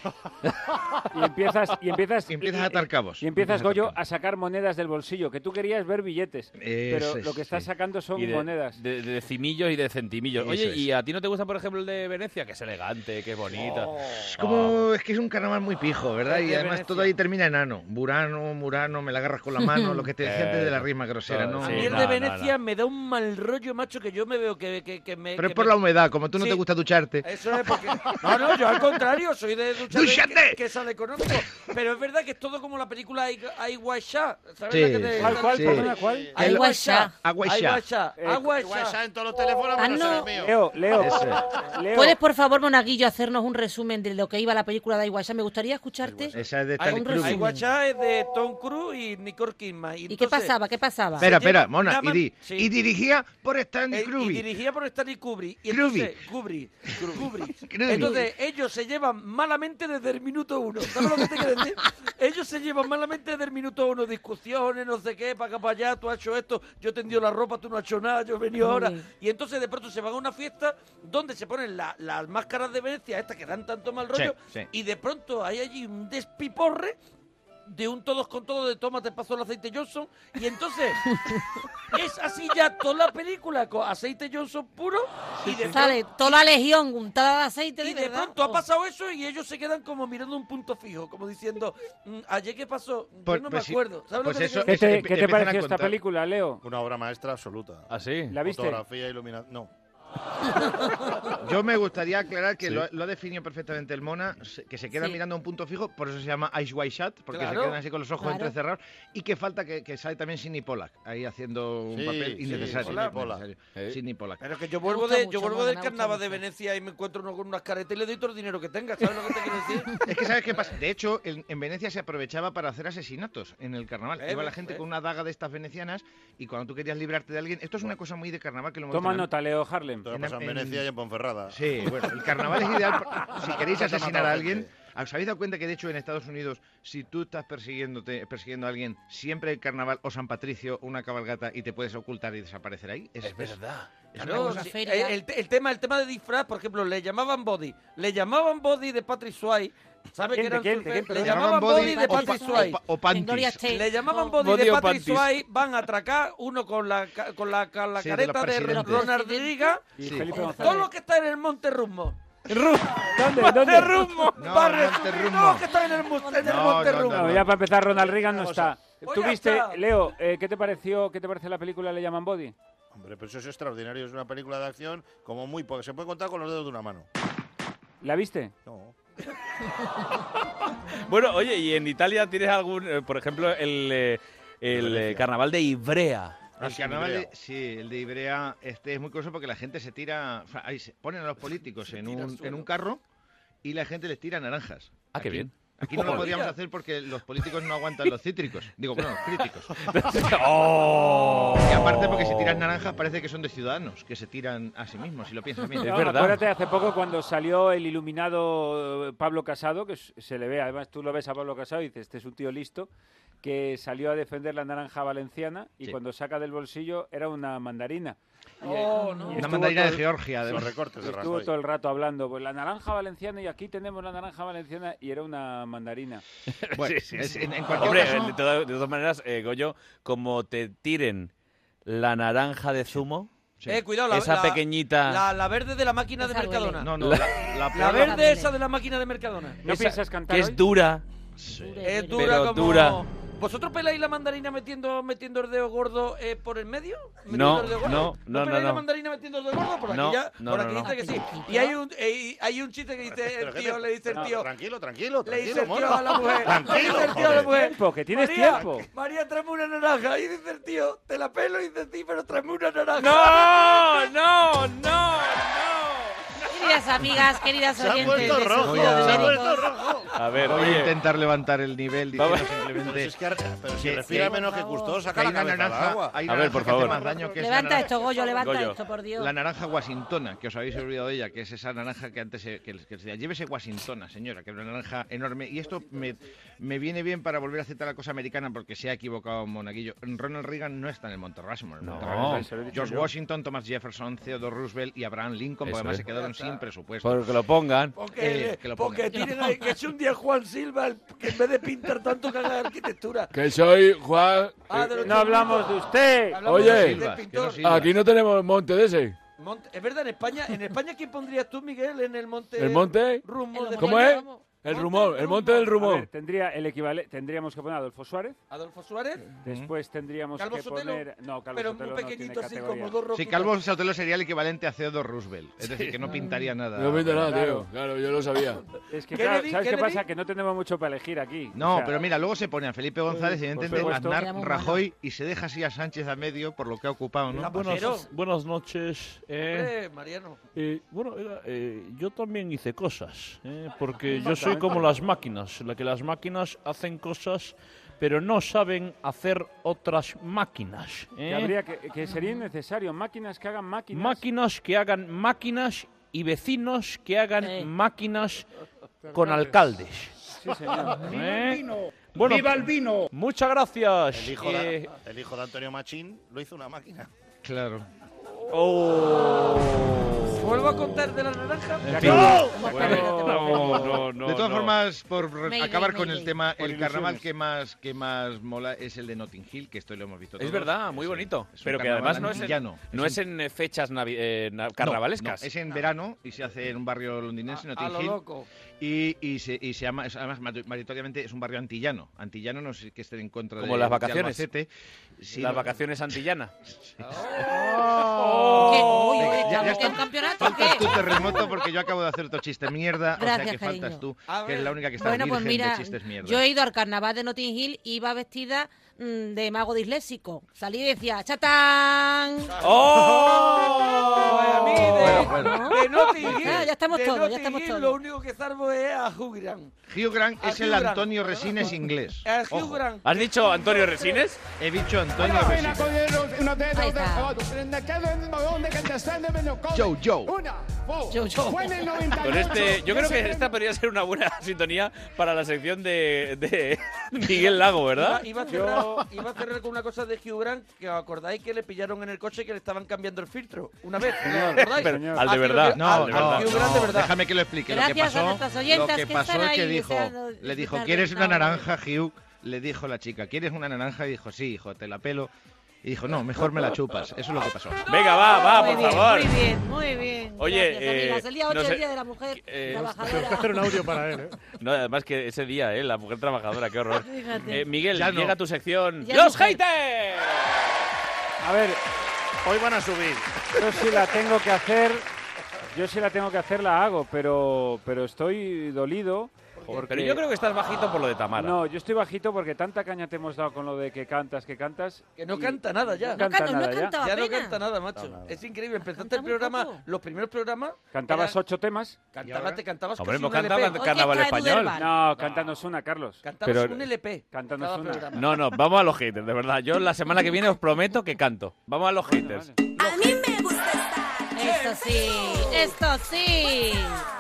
Y empiezas, y empiezas, Y empiezas a atar cabos. y empiezas, Empiezas a Goyo, atar a sacar monedas del bolsillo, que tú querías ver billetes, pero Eso es, lo que estás sí. sacando son Y de, monedas. de, de decimillos y de centimillos. Eso Oye, es. ¿y a ti no te gusta, por ejemplo, el de Venecia? Que es elegante, que es bonita. Es como, es que es un carnaval muy pijo, ¿verdad? Es Y de además Venecia. todo ahí termina en ano. Burano, Murano, me la agarras con la mano, lo que te decía antes de la rima grosera, ¿no? A Sí, mí el no, de no, Venecia no. me da un mal rollo, macho, que yo me veo que, que, que me... Pero que es por me- la humedad, como tú no Sí. te gusta ducharte. Eso es porque... No, no, yo al contrario, soy de duchar ¡Dúchate! que, que sale económico. Pero es verdad que es todo como la película Aiguachá. ¿Sabes Sí, la que te- ¿Cuál, cuál, Sí. perdona, cuál? Aiguachá. Aguaixá. Aiguachá. Eh, Aiguachá. en todos los teléfonos, Ah, menos en no. el mío. Leo, Leo, Eso Leo. ¿Puedes, por favor, Monaguillo, hacernos un resumen de lo que iba la película de Aiguachá? Me gustaría escucharte. Esa es de Ay, Stanley un Kubrick. resumen. Aiguachá es de Tom Cruise y Nicole Kidman. ¿Y qué entonces- pasaba? ¿Qué pasaba? Espera, Se lleva- espera, Mona, nada y más- di. sí. Y dirigía por Stanley Eh, y Kubrick. dirigía por Stanley Kubrick. Y Kubrick. entonces, Kubrick. Kubrick. Kubrick. Entonces, ellos se llevan malamente desde el minuto uno. ¿Sabes lo que te quiero decir? Ellos se llevan malamente desde el minuto uno. Discusiones, no sé qué, para acá, para allá. Tú has hecho esto, yo he tendido la ropa, tú no has hecho nada, yo he venido Muy ahora. bien. Y entonces, de pronto, se van a una fiesta donde se ponen la- las máscaras de Venecia, estas que dan tanto mal rollo. Sí, sí. Y de pronto hay allí un despiporre de un todos con todo de toma te pasó el aceite Johnson y entonces es así ya toda la película con aceite Johnson puro y de, Sale toda la legión untada de aceite. y de verdad. pronto ha Oh. pasado eso y ellos se quedan como mirando un punto fijo, como diciendo, "Mm, ayer qué pasó, yo Pues- no pues me sí, acuerdo. ¿Sabes pues lo que eso- te ¿Qué quiero te, Eso, qué te empiezan a pareció esta contar. película, Leo? Una obra maestra absoluta. ¿Ah, sí? ¿La viste? Fotografía, iluminación. No. Yo me gustaría aclarar que Sí. lo, lo ha definido perfectamente el Mona, se- que se queda Sí. mirando a un punto fijo, por eso se llama Eyes Wide Shut, porque Claro. se quedan así con los ojos Claro. entrecerrados, y que falta que, que sale también Sidney Pollack, ahí haciendo un Sí, papel sí, innecesario. Sidney Pollack. innecesario. Eh. Sidney Pollack. Pero que yo Me vuelvo, gusta de, mucho, yo vuelvo Mona, del me gusta carnaval de mucho. Venecia y me encuentro uno con unas caretas y le doy todo el dinero que tenga. ¿Sabes lo que te quiero decir? Es que sabes qué pasa. De hecho, en, en Venecia se aprovechaba para hacer asesinatos en el carnaval. Eh, Iba la ves, gente ves. con una daga de estas venecianas y cuando tú querías librarte de alguien, esto es una cosa muy de carnaval que lo hemos Toma hecho en- nota, Leo Harlem. Todo En- pasa en en- Venecia y en Ponferrada. Sí, bueno, el carnaval es ideal. pa- si queréis Se ha asesinar matado a alguien, gente. ¿Os habéis dado cuenta que, de hecho, en Estados Unidos, si tú estás persiguiéndote, persiguiendo a alguien, siempre hay carnaval o San Patricio, una cabalgata, y te puedes ocultar y desaparecer ahí? Es verdad. Es Claro, una cosa- sí, el, el- el tema, el tema de disfraz, por ejemplo, le llamaban body, le llamaban body de Patrick Swayze, ¿sabe ¿Quién, que eran de quién, surfer? de quién, Le perdón? llamaban body de o pa- Patrick Swayze. o pa- o panties. Le llamaban body, Body de o Patrick panties. Swayze, van a atracar uno con la, ca- con la, con la Sí, de los careta de, presidentes. Ronald Reagan Y Sí. Felipe todo González. lo que está en el Monte Rumbo. ¿Dónde? ¿Dónde? De Rumbo. No, Barre- Monte Rumbo. No, que está en el, mu- en el No, Monte no, Rumbo. No, ya para empezar, Ronald Reagan no está. Pues ¿Tú ya viste, está. Leo, eh, qué te pareció, qué te parece la película Le llaman Body? Hombre, pero eso es extraordinario. Es una película de acción como muy poca. Se puede contar con los dedos de una mano. ¿La viste? No. Bueno, oye, ¿y en Italia tienes algún, eh, por ejemplo, el, eh, el eh, carnaval de Ivrea? El carnaval, de, sí, el de Ivrea este es muy curioso porque la gente se tira, o sea, ahí se ponen a los políticos en un, en un carro y la gente les tira naranjas. Ah, qué Aquí- bien. Aquí no lo Joder. podríamos hacer porque los políticos no aguantan los cítricos. Digo, bueno, los críticos. ¡Oh! Y aparte porque si tiran naranjas parece que son de ciudadanos, que se tiran a sí mismos, si lo piensas bien. Es No, verdad. Acuérdate, hace poco cuando salió el iluminado eh, Pablo Casado, que s- se le ve, además tú lo ves a Pablo Casado y dices, este es un tío listo, que salió a defender la naranja valenciana y Sí. cuando saca del bolsillo era una mandarina. Y, Oh, y no. Una estuvo mandarina de todo- Georgia, de Los los recortes de Estuvo Rajoy. todo el rato hablando, pues la naranja valenciana y aquí tenemos la naranja valenciana y era una mandarina. Bueno, Sí, sí, es- sí. En, en cualquier Hombre, caso, de, todas- de todas maneras, eh, Goyo, como te tiren la naranja de zumo, sí. Eh, cuidado, la, esa la- pequeñita... La, la verde de la máquina de Esa duele. Mercadona. no, no, La- la, la, La peor- verde esa de la máquina de Mercadona. ¿No esa- piensas cantar que es hoy? dura. Es dura Pero como... dura. ¿Vosotros peláis la mandarina metiendo, metiendo el dedo gordo eh, por el medio? ¿Metiendo No, el dedo gordo? no, no, peláis no, la no. mandarina metiendo el dedo gordo? Por aquí No, ya, no, por no, aquí no. dice que sí. Y hay un, eh, hay un chiste que dice el Pero, ¿qué tío, te- le dice el No, tío... Tranquilo, tranquilo, Le dice tranquilo, el tío mono. a la mujer. Tranquilo, le dice el tío a la joder. mujer. Tiempo, que tienes María, tiempo. María, tráeme una naranja. Y dice el tío, te la pelo. Y dice, sí, pero tráeme una naranja. ¡No! ¡No! ¡No! Queridas amigas, queridas Se ha oyentes vuelto de rojo, Sentido de se ha Médicos. vuelto rojo. A ver, Voy a oye, intentar levantar el nivel diciendo Vamos. Pero, simplemente si es que, pero si que- respira que- menos que Gusto, que saca hay la una cabeza al naranja, agua. hay A una ver, naranja por que hace favor. más daño que es la Levanta naranja- esto, Goyo, levanta Goyo. esto, por Dios. La naranja washingtona, que os habéis olvidado de ella, que es esa naranja que antes se, que, que se decía, llévese washingtona, señora, que es una naranja enorme. Y esto me, me viene bien para volver a aceptar la cosa americana porque se ha equivocado Monaguillo. Ronald Reagan no está en el Monte Rushmore. El No, Monte Rushmore eso lo he es dicho George yo. Washington, Thomas Jefferson, Theodore Roosevelt y Abraham Lincoln, porque Eso además es. se quedaron sin presupuesto. porque lo pongan. Porque, Eh, que lo porque pongan. tienen ahí, que es un día Juan Silva, el- que en vez de pintar tanto que haga arquitectura. Que soy Juan. Ah, de los No hablamos de usted. Hablamos Oye, del Silvas, que pintor. no Silvas. Aquí no tenemos monte de ese. Monte- es verdad, en España, en España, ¿quién pondrías tú, Miguel, en el monte? ¿El monte? Rumbo de ¿Cómo España? es? El rumor, el monte del A rumor. ver, tendría el equivalente, tendríamos que poner a Adolfo Suárez, Adolfo Suárez. después tendríamos Calvo que Sotelo, poner... No, Calvo pero Sotelo muy no tiene pequeñito así, categoría. como dos Sí, roquitas. Calvo Sotelo sería el equivalente a Theodore Roosevelt. Es decir, que no pintaría nada. No pinta nada, Claro. tío. Claro, yo lo sabía. Es que, Kennedy, claro, ¿sabes qué Kennedy? pasa? Que no tenemos mucho para elegir aquí. No, O sea, pero mira, luego se pone a Felipe González, por evidentemente, supuesto. Aznar, Era muy Rajoy y se deja así a Sánchez a medio por lo que ha ocupado, ¿no? Zapatero. buenas noches. Hombre, Mariano. Eh, bueno, era, eh, yo también hice cosas, eh, porque yo soy como las máquinas, la que las máquinas hacen cosas, pero no saben hacer otras máquinas. que, eh. habría que, que sería innecesario máquinas que hagan máquinas. Máquinas que hagan máquinas y vecinos que hagan Eh. máquinas con alcaldes. Sí, señor. ¿Eh? Bueno, ¡Viva el vino! muchas gracias. El hijo, Eh, de, el hijo de Antonio Machín lo hizo una máquina. Claro. oh. ¿Vuelvo a contar de la naranja? En fin. Bueno, No, no, no, de todas no. formas, por re- Mayday, acabar con el mayday. tema, Por el carnaval ilusiones. que más que más mola es el de Notting Hill, que esto lo hemos visto todos. Es verdad, muy Es un- bonito. es un Pero que carnaval además no es en, antillano. no Es es un- en eh, fechas navi- eh, na- No, carnavalescas. no, es en verano y se hace en un barrio londinense, A Notting lo Hill. loco. Y, y, se, y se llama, es- además, matu- mayoritariamente es un barrio antillano. Antillano no sé que estén en contra Como de, las de vacaciones. Albacete. Sí, Las no- vacaciones antillana. ¿Qué? Oye, Venga, oye, ya- ya ¿estamos en está. campeonato o Faltas qué? tú, terremoto, porque yo acabo de hacer otro chiste mierda. o sea Gracias, que faltas cariño. tú, A que es ver. la única que está Bueno, pues virgen mira, de chistes mierda. yo he ido al carnaval de Notting Hill y iba vestida mm, de mago disléxico. Salí y decía, ¡chatán! ¡Oh! Pues a mí de, Bueno, de Notting Hill, Ya, ya estamos de todos, ya Notting estamos Hill, todos. Lo único que salvo es a Hugh Grant. Hugh Grant A es Hugh el Grant. Antonio Resines inglés. A Hugh Ojo, Grant. ¿Has dicho Antonio Resines? he dicho Antonio Resines. Ahí está. Joe, Joe. Una, Yo, yo. Fue en el noventa y ocho. Con este, yo de creo que septiembre. esta podría ser una buena sintonía para la sección de, de Miguel Lago, ¿verdad? Iba, iba, a cerrar, iba a cerrar con una cosa de Hugh Grant, que os acordáis que le pillaron en el coche que le estaban cambiando el filtro una vez. ¿No os acordáis? Pero al de Así verdad. lo que- No, al- no, al Hugh Grant de no, verdad. déjame que lo explique. Lo que Gracias a pasó, nuestras oyentas lo que que pasó están es que ahí dijo, deseando le dijo, disfrutar ¿quieres del una sábado? naranja, Hugh? Le dijo la chica, ¿quieres una naranja? Y dijo, sí, hijo, te la pelo. Y dijo, no, mejor me la chupas. Eso es lo que pasó. Venga, va, va, Muy por bien, favor. Muy bien, muy bien. Oye, Gracias, amigas. eh, El día ocho no es sé- el Día de la Mujer eh, Trabajadora. Tenemos que hacer un audio para él, ¿eh? No, además que ese día, ¿eh? La mujer trabajadora, qué horror. Fíjate. Eh, Miguel, Ya no. llega tu sección. Ya ¡Los mujer. haters! A ver, Hoy van a subir. yo sí la tengo que hacer, yo sí la tengo que hacer, la hago, pero, pero estoy dolido. Porque... Pero yo creo que estás bajito por lo de Tamara. No, yo estoy bajito porque tanta caña te hemos dado con lo de que cantas, que cantas. Que no y- canta nada ya. No canta canta- no nada ya. cantaba Ya no apenas. canta nada, macho. No, nada. Es increíble. Empezaste Canta el muy programa, poco. los primeros programas. Cantabas eran- ocho temas. Cantabas, te cantabas Hombre, casi hemos un L P. cantado Orquesta carnaval de español. Duderval. No, cántanos una, Carlos. Cantabas Pero- un L P. Cántanos cada una. programa. No, no, vamos a los haters, de verdad. Yo la semana que viene os prometo que canto. Vamos a los haters. A mí me gusta estar. Esto sí, esto sí.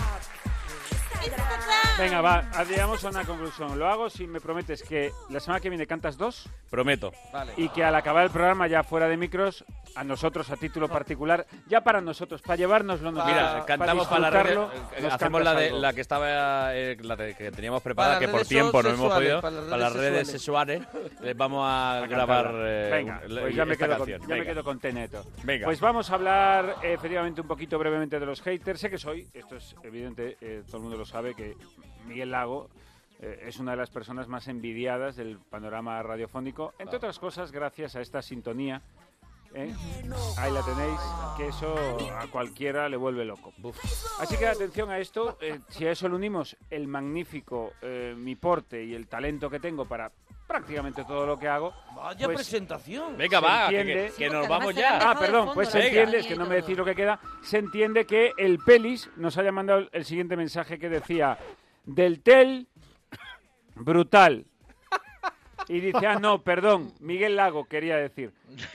Venga, va, llegamos a una conclusión. Lo hago si me prometes que la semana que viene cantas dos Prometo. Vale. y que al acabar el programa, ya fuera de micros, a nosotros, a título particular, ya para nosotros, para llevárnoslo nosotros, Mira, cantamos para la red, disfrutarlo, eh, nos hacemos la cantas de algo. la que estaba eh, la de- que teníamos preparada, Para que por redes tiempo no hemos sexuales, podido, para las para las redes redes sexuales, eh, vamos a, A grabar cantarla. eh, Venga, un- pues ya me esta quedo con, canción. ya me Venga. quedo con Teneto. Venga. Pues vamos a hablar eh, efectivamente un poquito brevemente de los haters. Sé que soy, esto es evidente, eh, todo el mundo lo sabe, que Miguel Lago eh, es una de las personas más envidiadas del panorama radiofónico, entre otras cosas gracias a esta sintonía. ¿eh? Ahí la tenéis, que eso a cualquiera le vuelve loco. Así que atención a esto, eh, si a eso le unimos el magnífico, eh, mi porte y el talento que tengo para prácticamente todo lo que hago. Vaya pues, presentación. Venga, se va, que, entiende- que- que Sí, nos porque vamos además se han ya. Ah, dejado perdón, de pues fondo se la entiende, es sintonía que no y me todo. decís lo que queda, se entiende que el Pelis nos haya mandado el siguiente mensaje que decía, del tel, brutal. Y dice, ah, no, perdón, Miguel Lago quería decir.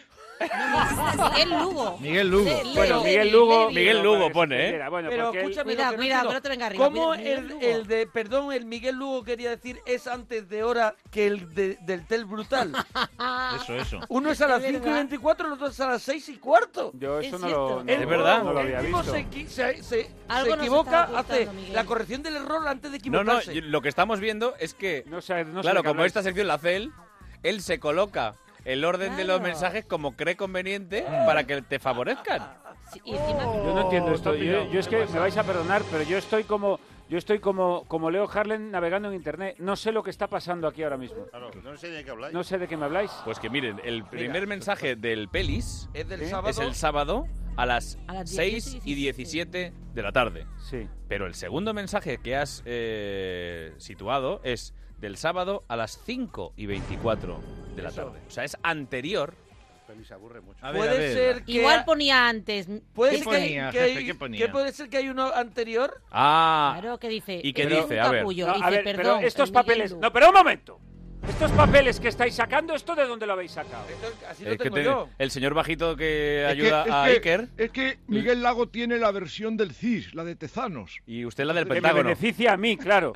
Miguel Lugo. Miguel Lugo. Le- le- Bueno, le- Miguel le- Lugo, le- Miguel no, Lugo para que se pone, ¿eh? entendiera. Bueno, Pero porque él- escúchame, Cuidado, lo que no cuidado, entiendo, que no te venga arriba. ¿Cómo Miguel- Miguel el, Lugo. el de, perdón, el Miguel Lugo quería decir es antes de hora que el de- del Tel Brutal? Eso, eso. Uno es a las Es cinco y verdad. veinticuatro, el otro es a las seis y cuarto. yo Es eso no cierto. lo, no, El Es verdad. no lo había el tipo visto. se, equi- se- se- Algo se nos equivoca, está hace ocultando, Miguel. la corrección del error antes de No, no, equivocarse. y lo que estamos viendo es que, No sé, no sé claro, de qué como habláis. esta sección la hace él, él se coloca el orden de los Claro. mensajes como cree conveniente para que te favorezcan. Sí, y encima- Yo no entiendo esto. está Yo, pillado. yo es que me vais a perdonar, pero yo estoy como yo estoy como como Leo Harlem navegando en internet. No sé lo que está pasando aquí ahora mismo. Claro, no sé de qué habláis. No sé de qué me habláis. Pues que miren, el primer mensaje del Pelis Es del ¿Sí? sábado. es el sábado a las, A las seis dieciocho y y diecisiete de la tarde. Sí. Pero el segundo mensaje que has eh, situado es del sábado a las cinco y veinticuatro de la tarde. O sea, es anterior. Feliz se aburre mucho. A ver, Puede a ver. ser que Igual ponía antes. puede ¿Qué ser que, ponía, que jefe? hay- ¿Qué ponía? que puede ser que hay uno anterior. Ah, Claro, que dice. ¿Y qué es un dice? A ver. capullo. No, Dice, a ver, pero perdón, estos el Miguel papeles. Lugo. No, pero un momento. Estos papeles que estáis sacando, ¿esto de dónde lo habéis sacado? Así lo es que tengo te- yo. el señor bajito que Es que- ayuda es a que- Iker Es que Miguel Lago tiene la versión del C I S, la de Tezanos. y usted la del Que me Pentágono. beneficia a mí, claro.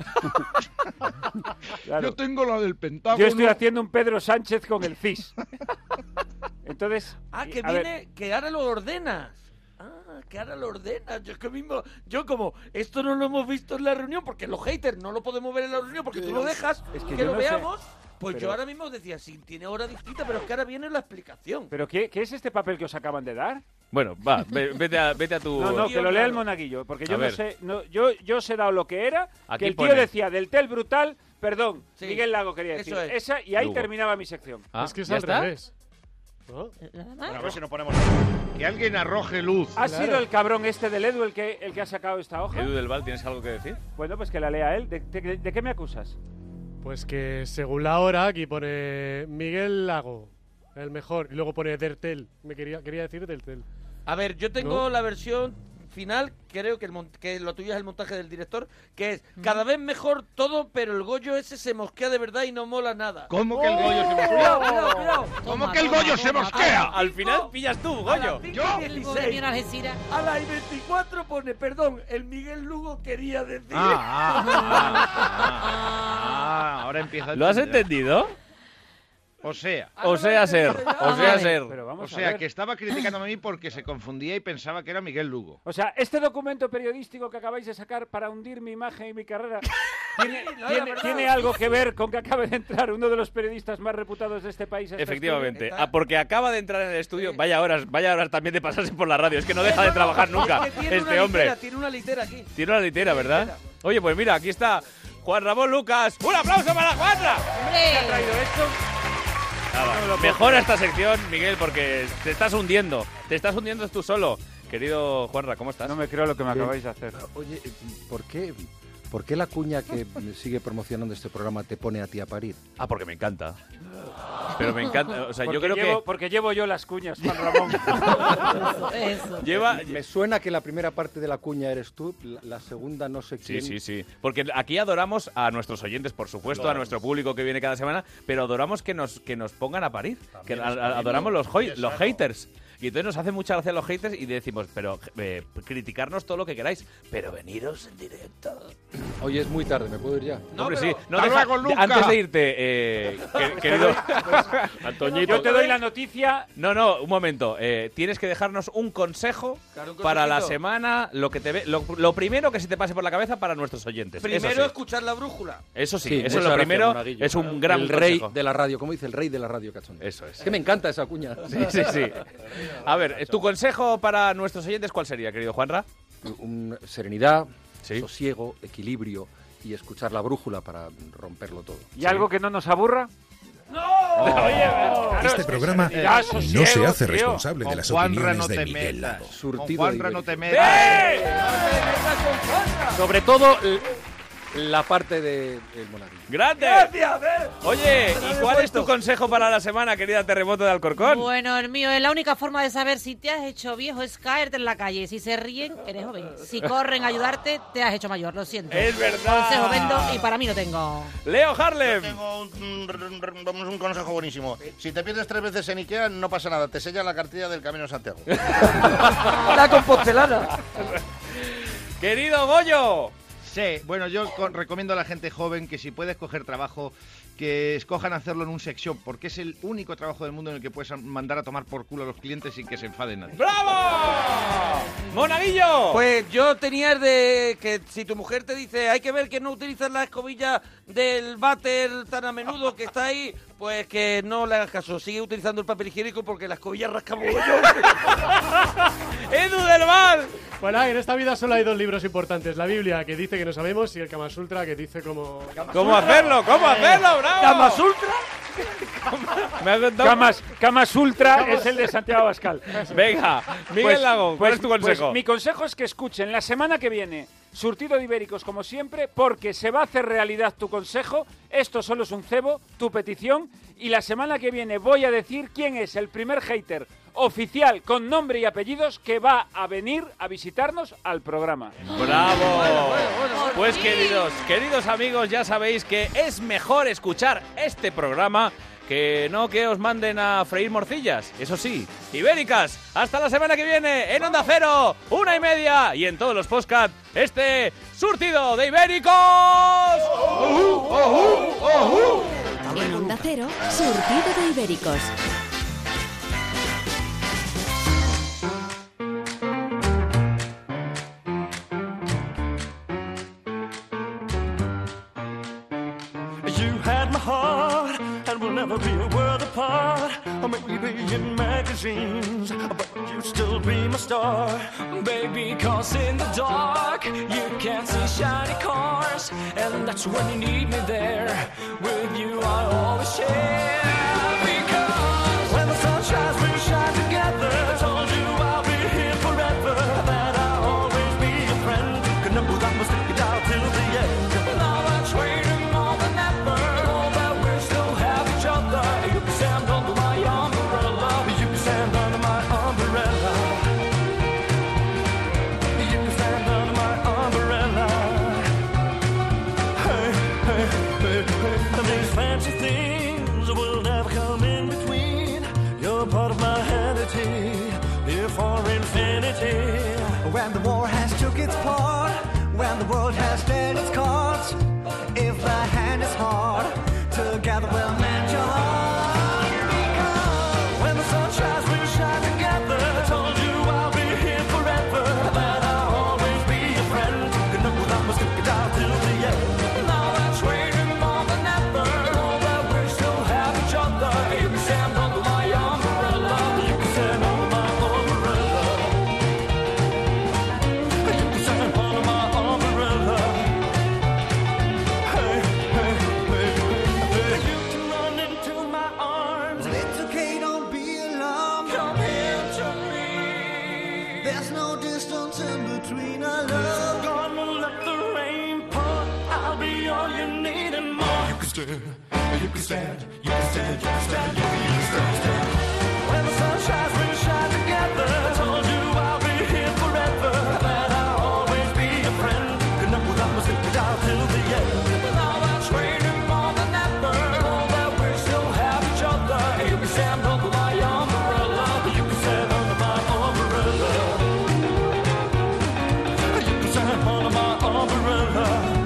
Claro. Yo tengo la del Pentágono. Yo estoy haciendo un Pedro Sánchez con el C I S. Entonces, Ah, que a ver, viene, que ahora lo ordenas. Ah, que ahora lo ordenas. Yo es que mismo, yo como esto no lo hemos visto en la reunión, porque los haters no lo podemos ver en la reunión porque tú lo dejas Es que, que yo lo no sé, veamos, pues pero- yo ahora mismo decía, sí, tiene hora distinta, pero es que ahora viene la explicación. ¿pero qué, qué es este papel que os acaban de dar? Bueno, va, ve- vete a, vete a tu... No, no, Tío, que lo lea el claro. monaguillo, porque A yo no ver. sé, no, yo, yo os he dado lo que era, Aquí que el tío pone. decía del tel brutal, perdón, Sí, Miguel Lago quería decir, eso es. esa, y ahí Lugo. terminaba mi sección. Ah, es que es ¿ya al está? revés. ¿No? Nada más. Bueno, a ver si nos ponemos. Que alguien arroje luz. ¿Ha Claro. sido el cabrón este del Edu el que, el que ha sacado esta hoja? Edu del Val, ¿tienes algo que decir? Bueno, pues que la lea él. ¿De, de- de qué me acusas? Pues que según la hora aquí pone Miguel Lago, el mejor, y luego pone Dertel. Me quería, quería decir Dertel. A ver, yo tengo ¿No? la versión final, creo que, el mon- que lo tuyo es el montaje del director, que es cada vez mejor todo, pero el Goyo ese se mosquea de verdad y no mola nada. ¿Cómo que el Goyo se mosquea? Cuidado, cuidado, cuidado. ¿Cómo que el Goyo se mosquea? Al final pillas tú, Goyo. Yo, a la veinticuatro pone, perdón, el Miguel Lugo quería decir. Ah, ah, ah, ah, ahora empieza a ¿Lo has entender. entendido? O sea, O sea ser, o sea ser. Pero o vamos a sea ver. que estaba criticándome a mí porque se confundía y pensaba que era Miguel Lugo. O sea, este documento periodístico que acabáis de sacar para hundir mi imagen y mi carrera tiene, no, la tiene- verdad. tiene algo que ver con que acabe de entrar uno de los periodistas más reputados de este país. a este Efectivamente, estudio. ah, porque acaba de entrar en el estudio. Vaya horas, vaya horas también de pasarse por la radio. Es que no deja de trabajar nunca Es que tiene este una hombre. litera, tiene una litera aquí. Tiene una litera, ¿verdad? Oye, pues mira, aquí está Juan Ramón Lucas. ¡Un aplauso para Juanra! ¿Qué ha traído esto? Nada, mejora esta sección, Miguel, porque te estás hundiendo. Te estás hundiendo tú solo. Querido Juanra, ¿cómo estás? No me creo lo que me Bien. acabáis de hacer. Oye, ¿por qué, ¿por qué la cuña que sigue promocionando este programa te pone a ti a parir? Ah, porque me encanta. Pero me encanta, o sea, Porque yo creo llevo, que Porque llevo yo las cuñas, Juan Ramón. lleva... Me suena que la primera parte de la cuña eres tú, la, la segunda no sé Sí, quién. sí, sí. Porque aquí adoramos a nuestros oyentes, por supuesto, Claro. a nuestro público que viene cada semana, pero adoramos que nos, que nos pongan a parir. Que es a- a- válido. adoramos los, hoi- Y es los sano. haters. Y entonces nos hace mucha gracia los haters y decimos, pero eh, criticarnos todo lo que queráis, pero veniros en directo. Oye, es muy tarde, ¿me puedo ir ya? No, Hombre, sí. No, ¡Hasta deja- luego, Luca! antes de irte, eh, que- querido Antoñito. Yo te doy la noticia. No, no, un momento. Eh, tienes que dejarnos un consejo Claro, un para la consejito. semana, lo que te ve, lo, lo primero que se te pase por la cabeza para nuestros oyentes. Primero eso sí. escuchar la brújula. Eso sí, Sí, eso es muchas lo gracias, primero. Monaguillo. Es un gran El rey consejo. de la radio, ¿cómo dice? El rey de la radio, cachondeo. Eso es. Es que me encanta esa cuña. Sí, sí, sí. A ver, ¿tu consejo para nuestros oyentes cuál sería, querido Juanra? Un- serenidad, Sí. sosiego, equilibrio y escuchar la brújula para romperlo todo. ¿Y algo que no nos aburra? Este programa serenidad, no sosiego, se hace tío. responsable de Con las Juanra opiniones no de te Miguel metas. Lago. Con Surtido Juanra de no te Iberia. metas. Sobre todo l- la parte del de, monaguillo. ¡Grande! Gracias, ver. Oye, ¿y cuál es tu consejo para la semana, querida Terremoto de Alcorcón? Bueno, el mío es la única forma de saber si te has hecho viejo es caerte en la calle. Si se ríen, eres joven. Si corren a ayudarte, te has hecho mayor. Lo siento. Es verdad. Consejo vendo y para mí no tengo. Leo Harlem. Tengo un, un- vamos, un consejo buenísimo. Si te pierdes tres veces en Ikea, no pasa nada. Te sellan la cartilla del Camino de Santiago. La compostelana. Querido Goyo. Sí, bueno, yo co- recomiendo a la gente joven que si puedes coger trabajo, que escojan hacerlo en un sex shop, porque es el único trabajo del mundo en el que puedes mandar a tomar por culo a los clientes sin que se enfaden nadie. ¡Bravo! ¡Monaguillo! Pues yo tenía el de que si tu mujer te dice hay que ver que no utilizas la escobilla del váter tan a menudo que está ahí, pues que no le hagas caso. Sigue utilizando el papel higiénico porque la escobilla rasca mogollón. ¡Edu del Mal! Bueno, en esta vida solo hay dos libros importantes. La Biblia, que dice que no sabemos, y el Kama Sutra, que dice cómo... ¿Cómo hacerlo? ¿Cómo hacerlo? ¡Bravo! ¿Kama Sutra? Me has contado- Camas, Camas Ultra es el de Santiago Abascal. Venga, Miguel Pues- Lago, ¿cuál pues- es tu consejo? pues mi consejo es que escuchen la semana que viene Surtido de Ibéricos como siempre, porque se va a hacer realidad tu consejo. Esto solo es un cebo, tu petición. Y la semana que viene voy a decir quién es el primer hater oficial con nombre y apellidos que va a venir a visitarnos al programa. ¡Bravo! Pues queridos, queridos amigos, ya sabéis que es mejor escuchar este programa que no que os manden a freír morcillas. Eso sí, ibéricas, hasta la semana que viene en Onda Cero, una y media, y en todos los podcasts, este Surtido de Ibéricos. En Onda Cero, Surtido de Ibéricos. You had my heart, and we'll never be a world apart. Or maybe in magazines, but you'd still be my star. Baby, cause in the dark, you can't see shiny cars. And that's when you need me there. With you, I always share. Because when the sun shines, we'll shine together. Told you I'll be here forever. That I'll always be your friend. Good number, I must stick it out till the end. Now I'm waiting more than ever. Know that we still have each other. You can stand under my umbrella. You can stand under my umbrella. took its part when the world has dealt its cards. If the hand is hard, together we'll mend your heart. Because when the sun shines, we'll shine together. I told you I'll be here forever, that I'll always be your friend. Good enough, I must stick it out till the end. Now that's waiting more than ever. Know that we still have each other. You can stand under my umbrella. You can stand under my umbrella. You can stand under my umbrella. Hey, hey, hey, hey. You can run into my arms. It's okay, don't be alarmed. Come here to me. There's no distance in between our love. Gonna let the rain pour. I'll be all you need and more. You can stand, you can stand, you can stand, you can stand, you can, you can stand, stand. When the sun shines, we'll shine together. I told you I'll be here forever, that I'll always be your friend. Good enough, I must stick it out till the end. Now that's raining more than ever. Know that we still have each other. You can stand under my umbrella. You can stand under my umbrella. You can stand under my umbrella.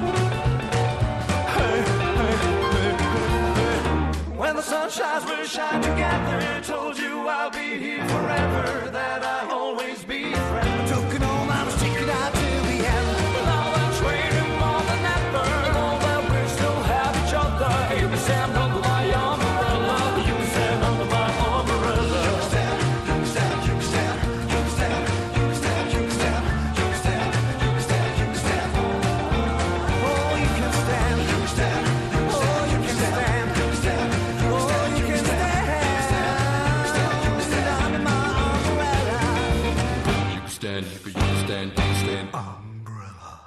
Hey, hey, hey, hey. When the sun shines, we'll shine together. I told you I'll be here forever, that I'll always be your friend. I took it all, I was taking it out till the end. Now that's waiting more than ever. Know that we still have each other. You can stand under my umbrella. You can stand under my umbrella. You can stand, you can stand, you can stand, you can stand, you can stand, you can stand, you can stand, you can stand, you can stand. Oh, you can stand, you can stand, oh, you can stand, you can stand, oh, you can stand. Under my umbrella. You can stand, you can, you can stand, you can stand.